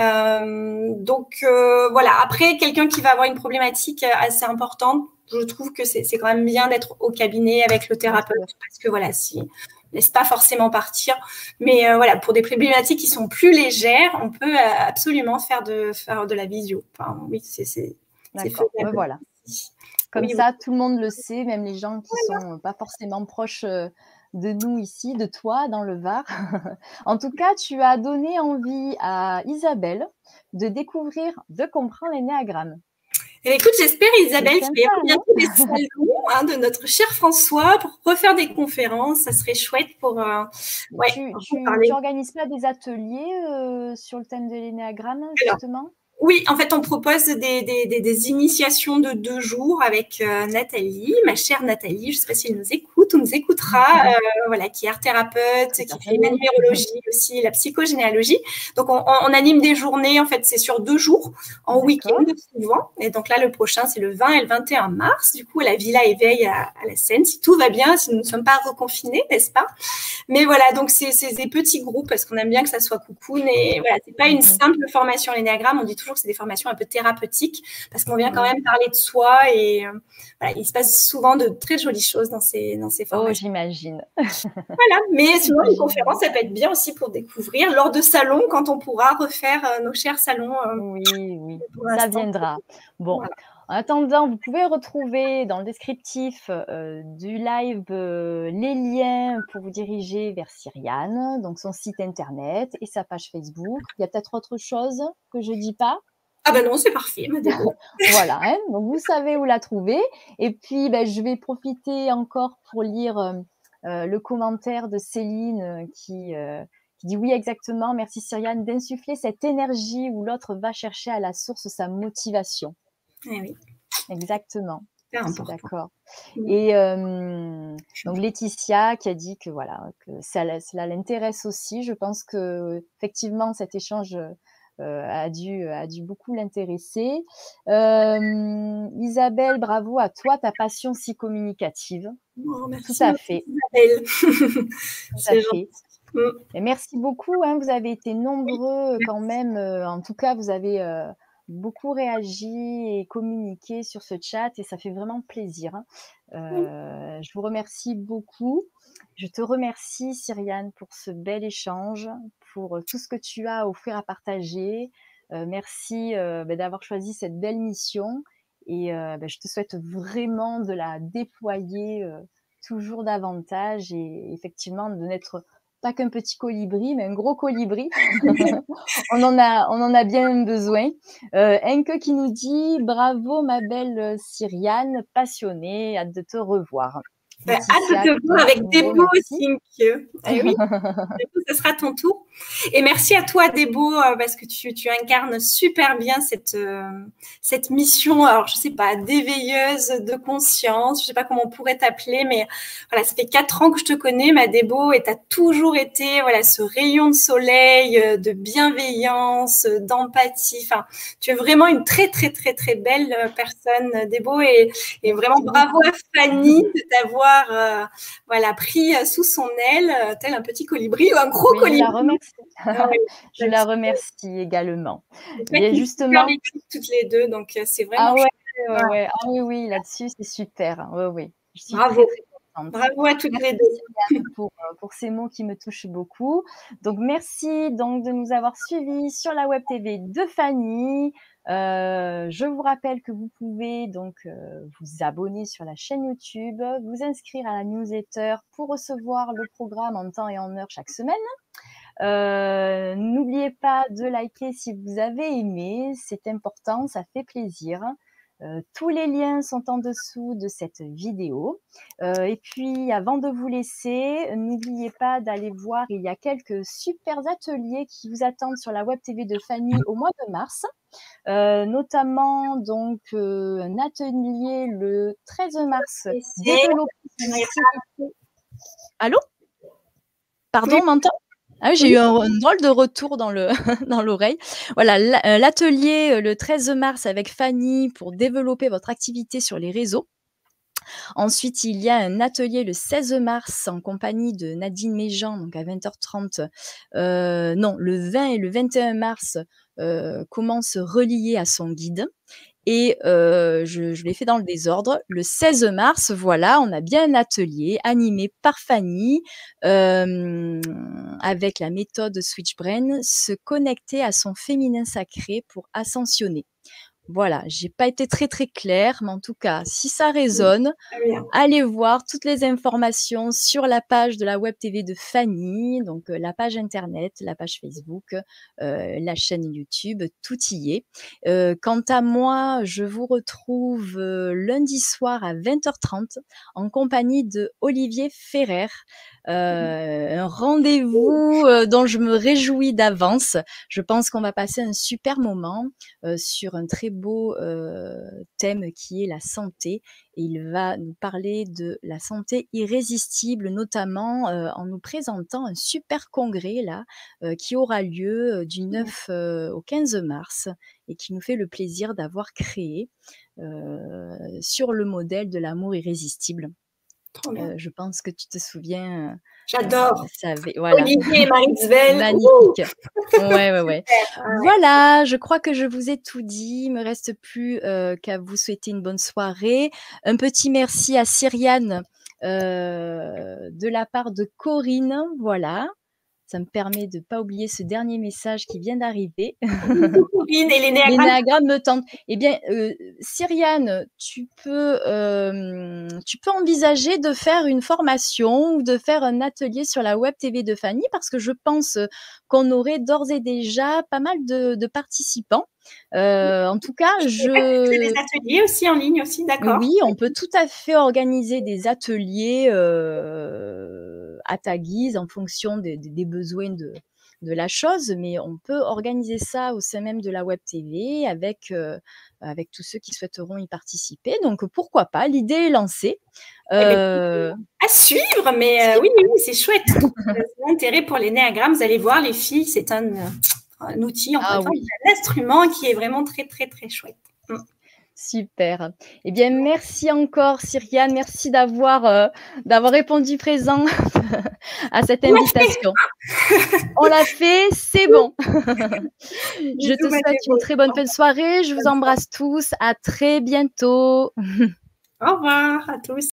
Euh, donc euh, voilà. Après, quelqu'un qui va avoir une problématique assez importante, je trouve que c'est quand même bien d'être au cabinet avec le thérapeute parce que voilà, si laisse pas forcément partir, mais euh, voilà, pour des problématiques qui sont plus légères, on peut euh, absolument faire de faire de la visio. Enfin, oui, c'est d'accord. Ouais, voilà. Comme oui, ça, oui. Tout le monde le sait, même les gens qui voilà. sont pas forcément proches de nous ici, de toi, dans le Var. En tout cas, tu as donné envie à Isabelle de découvrir, de comprendre l'énéagramme. Et écoute, j'espère, Isabelle, qu'il y aura bientôt des salons hein, de notre cher François pour refaire des conférences. Ça serait chouette pour. Euh, ouais, tu, pour tu, parler. tu organises pas des ateliers euh, sur le thème de l'énéagramme, justement? Alors, oui, en fait, on propose des, des, des, des initiations de deux jours avec euh, Nathalie, ma chère Nathalie. Je ne sais pas si elle nous écoute ou nous écoutera, euh, voilà, qui est art thérapeute, qui fait la numérologie aussi, la psychogénéalogie. Donc, on, on anime des journées. En fait, c'est sur deux jours, en week-end souvent. Et donc là, le prochain, c'est le vingt et le vingt et un mars. Du coup, à la Villa Éveil à, à la Seine, si tout va bien, si nous ne sommes pas reconfinés, n'est-ce pas? Mais voilà, donc c'est des petits groupes parce qu'on aime bien que ça soit cocoon. Et voilà, c'est pas une simple formation à l'énéagramme. On dit toujours que c'est des formations un peu thérapeutiques parce qu'on vient quand même parler de soi et euh, voilà, il se passe souvent de très jolies choses dans ces, dans ces formations. Oh, j'imagine. Voilà, mais sinon, une conférence, ça peut être bien aussi pour découvrir lors de salons quand on pourra refaire euh, nos chers salons. Euh, oui, oui, ça viendra. Bon. Voilà. En attendant, vous pouvez retrouver dans le descriptif euh, du live euh, les liens pour vous diriger vers Cyriane, donc son site internet et sa page Facebook. Il y a peut-être autre chose que je dis pas? Ah ben non, c'est parfait. Voilà, hein, donc vous savez où la trouver. Et puis, ben, je vais profiter encore pour lire euh, euh, le commentaire de Céline euh, qui, euh, qui dit « Oui, exactement, merci Cyriane d'insuffler cette énergie où l'autre va chercher à la source sa motivation. » Eh oui. Exactement. C'est d'accord. Mmh. Et euh, donc Laetitia qui a dit que voilà, que ça, cela l'intéresse aussi. Je pense que effectivement cet échange euh, a dû a dû beaucoup l'intéresser. Euh, Isabelle, bravo à toi, ta passion si communicative. Oh, merci. Tout à fait. Isabelle. Tout à fait. Et merci beaucoup. Hein, vous avez été nombreux quand même. Euh, en tout cas, vous avez euh, beaucoup réagi et communiqué sur ce chat et ça fait vraiment plaisir. Euh, je vous remercie beaucoup. Je te remercie, Cyriane, pour ce bel échange, pour tout ce que tu as offert à partager. Euh, merci euh, bah, d'avoir choisi cette belle mission et euh, bah, je te souhaite vraiment de la déployer euh, toujours davantage et effectivement de n'être pas qu'un petit colibri, mais un gros colibri. on en a, on en a bien besoin. Euh, Enke qui nous dit bravo ma belle Cyriane, passionnée, hâte de te revoir. Bah, hâte de te voir avec Debo aussi. Eh oui, ce sera ton tour. Et merci à toi, Debo, parce que tu, tu incarnes super bien cette, euh, cette mission. Alors, je sais pas, d'éveilleuse de conscience. Je sais pas comment on pourrait t'appeler, mais voilà, ça fait quatre ans que je te connais, ma Debo, et tu as toujours été, voilà, ce rayon de soleil, de bienveillance, d'empathie. Enfin, tu es vraiment une très, très, très, très belle personne, Debo, et, et vraiment bravo à Fanny de t'avoir Euh, voilà, pris sous son aile, euh, tel un petit colibri ou un gros oui, colibri. Je la remercie. Ah, oui, je la remercie également. Et justement, toutes les deux, donc c'est vraiment. Ah, ouais, ouais, ouais, ouais. Ah oui, oui, là-dessus, c'est super. Oui, oui. Je suis Bravo. très, très contente. Bravo à toutes merci les deux. Pour, pour ces mots qui me touchent beaucoup. Donc, merci donc de nous avoir suivis sur la Web T V de Fanny. Euh, je vous rappelle que vous pouvez donc euh, vous abonner sur la chaîne YouTube, vous inscrire à la newsletter pour recevoir le programme en temps et en heure chaque semaine. Euh, n'oubliez pas de liker si vous avez aimé, c'est important, ça fait plaisir. Euh, tous les liens sont en dessous de cette vidéo. Euh, et puis, avant de vous laisser, n'oubliez pas d'aller voir, il y a quelques super ateliers qui vous attendent sur la Web T V de Fanny au mois de mars. Euh, notamment donc euh, un atelier le treize mars. Allô? Pardon, on m'entend? Ah oui, j'ai oui. eu un, un drôle de retour dans le dans l'oreille. Voilà, l'atelier le treize mars avec Fanny pour développer votre activité sur les réseaux. Ensuite, il y a un atelier le seize mars en compagnie de Nadine Méjean, donc à vingt heures trente. Euh, non, le vingt et le vingt et un mars, euh, comment se relier à son guide. Et euh, je, je l'ai fait dans le désordre. Le seize mars, voilà, on a bien un atelier animé par Fanny euh, avec la méthode Switchbrain, se connecter à son féminin sacré pour ascensionner. Voilà, j'ai pas été très très claire, mais en tout cas, si ça résonne, oui. allez voir toutes les informations sur la page de la Web T V de Fanny, donc euh, la page internet, la page Facebook, euh, la chaîne YouTube, tout y est. Euh, quant à moi, je vous retrouve euh, lundi soir à vingt heures trente en compagnie de Olivier Ferrer. Euh, un rendez-vous euh, dont je me réjouis d'avance. Je pense qu'on va passer un super moment euh, sur un très beau euh, thème qui est la santé. Et il va nous parler de la santé irrésistible, notamment euh, en nous présentant un super congrès là euh, qui aura lieu du neuf euh, au quinze mars et qui nous fait le plaisir d'avoir créé euh, sur le modèle de l'amour irrésistible. Euh, je pense que tu te souviens. Euh, J'adore. Euh, voilà. Olivier et Marie-Isabelle. Magnifique. Ouais, ouais, ouais. Voilà, je crois que je vous ai tout dit. Il me reste plus euh, qu'à vous souhaiter une bonne soirée. Un petit merci à Cyriane euh, de la part de Corinne. Voilà. Ça me permet de ne pas oublier ce dernier message qui vient d'arriver. Corinne et les néagrammes. Les néagrammes me tentent. Eh bien, euh, Cyriane, tu peux, euh, tu peux envisager de faire une formation ou de faire un atelier sur la Web T V de Fanny parce que je pense qu'on aurait d'ores et déjà pas mal de, de participants. Euh, en tout cas, je. C'est des ateliers aussi en ligne aussi, d'accord. Oui, on peut tout à fait organiser des ateliers euh, à ta guise en fonction des, des besoins de, de la chose, mais on peut organiser ça au sein même de la Web T V avec euh, avec tous ceux qui souhaiteront y participer. Donc pourquoi pas, l'idée est lancée. Euh... À suivre, mais euh, oui, oui, c'est chouette. C'est l'intérêt pour les néagrammes. Vous allez voir, les filles, c'est un un outil, en ah, fait, oui. un instrument qui est vraiment très, très, très chouette. Mm. Super. Eh bien, merci encore, Cyriane. Merci d'avoir euh, d'avoir répondu présent à cette invitation. On l'a fait, c'est bon. Je te souhaite une très bonne fin de soirée. Je vous embrasse tous. À très bientôt. Au revoir à tous.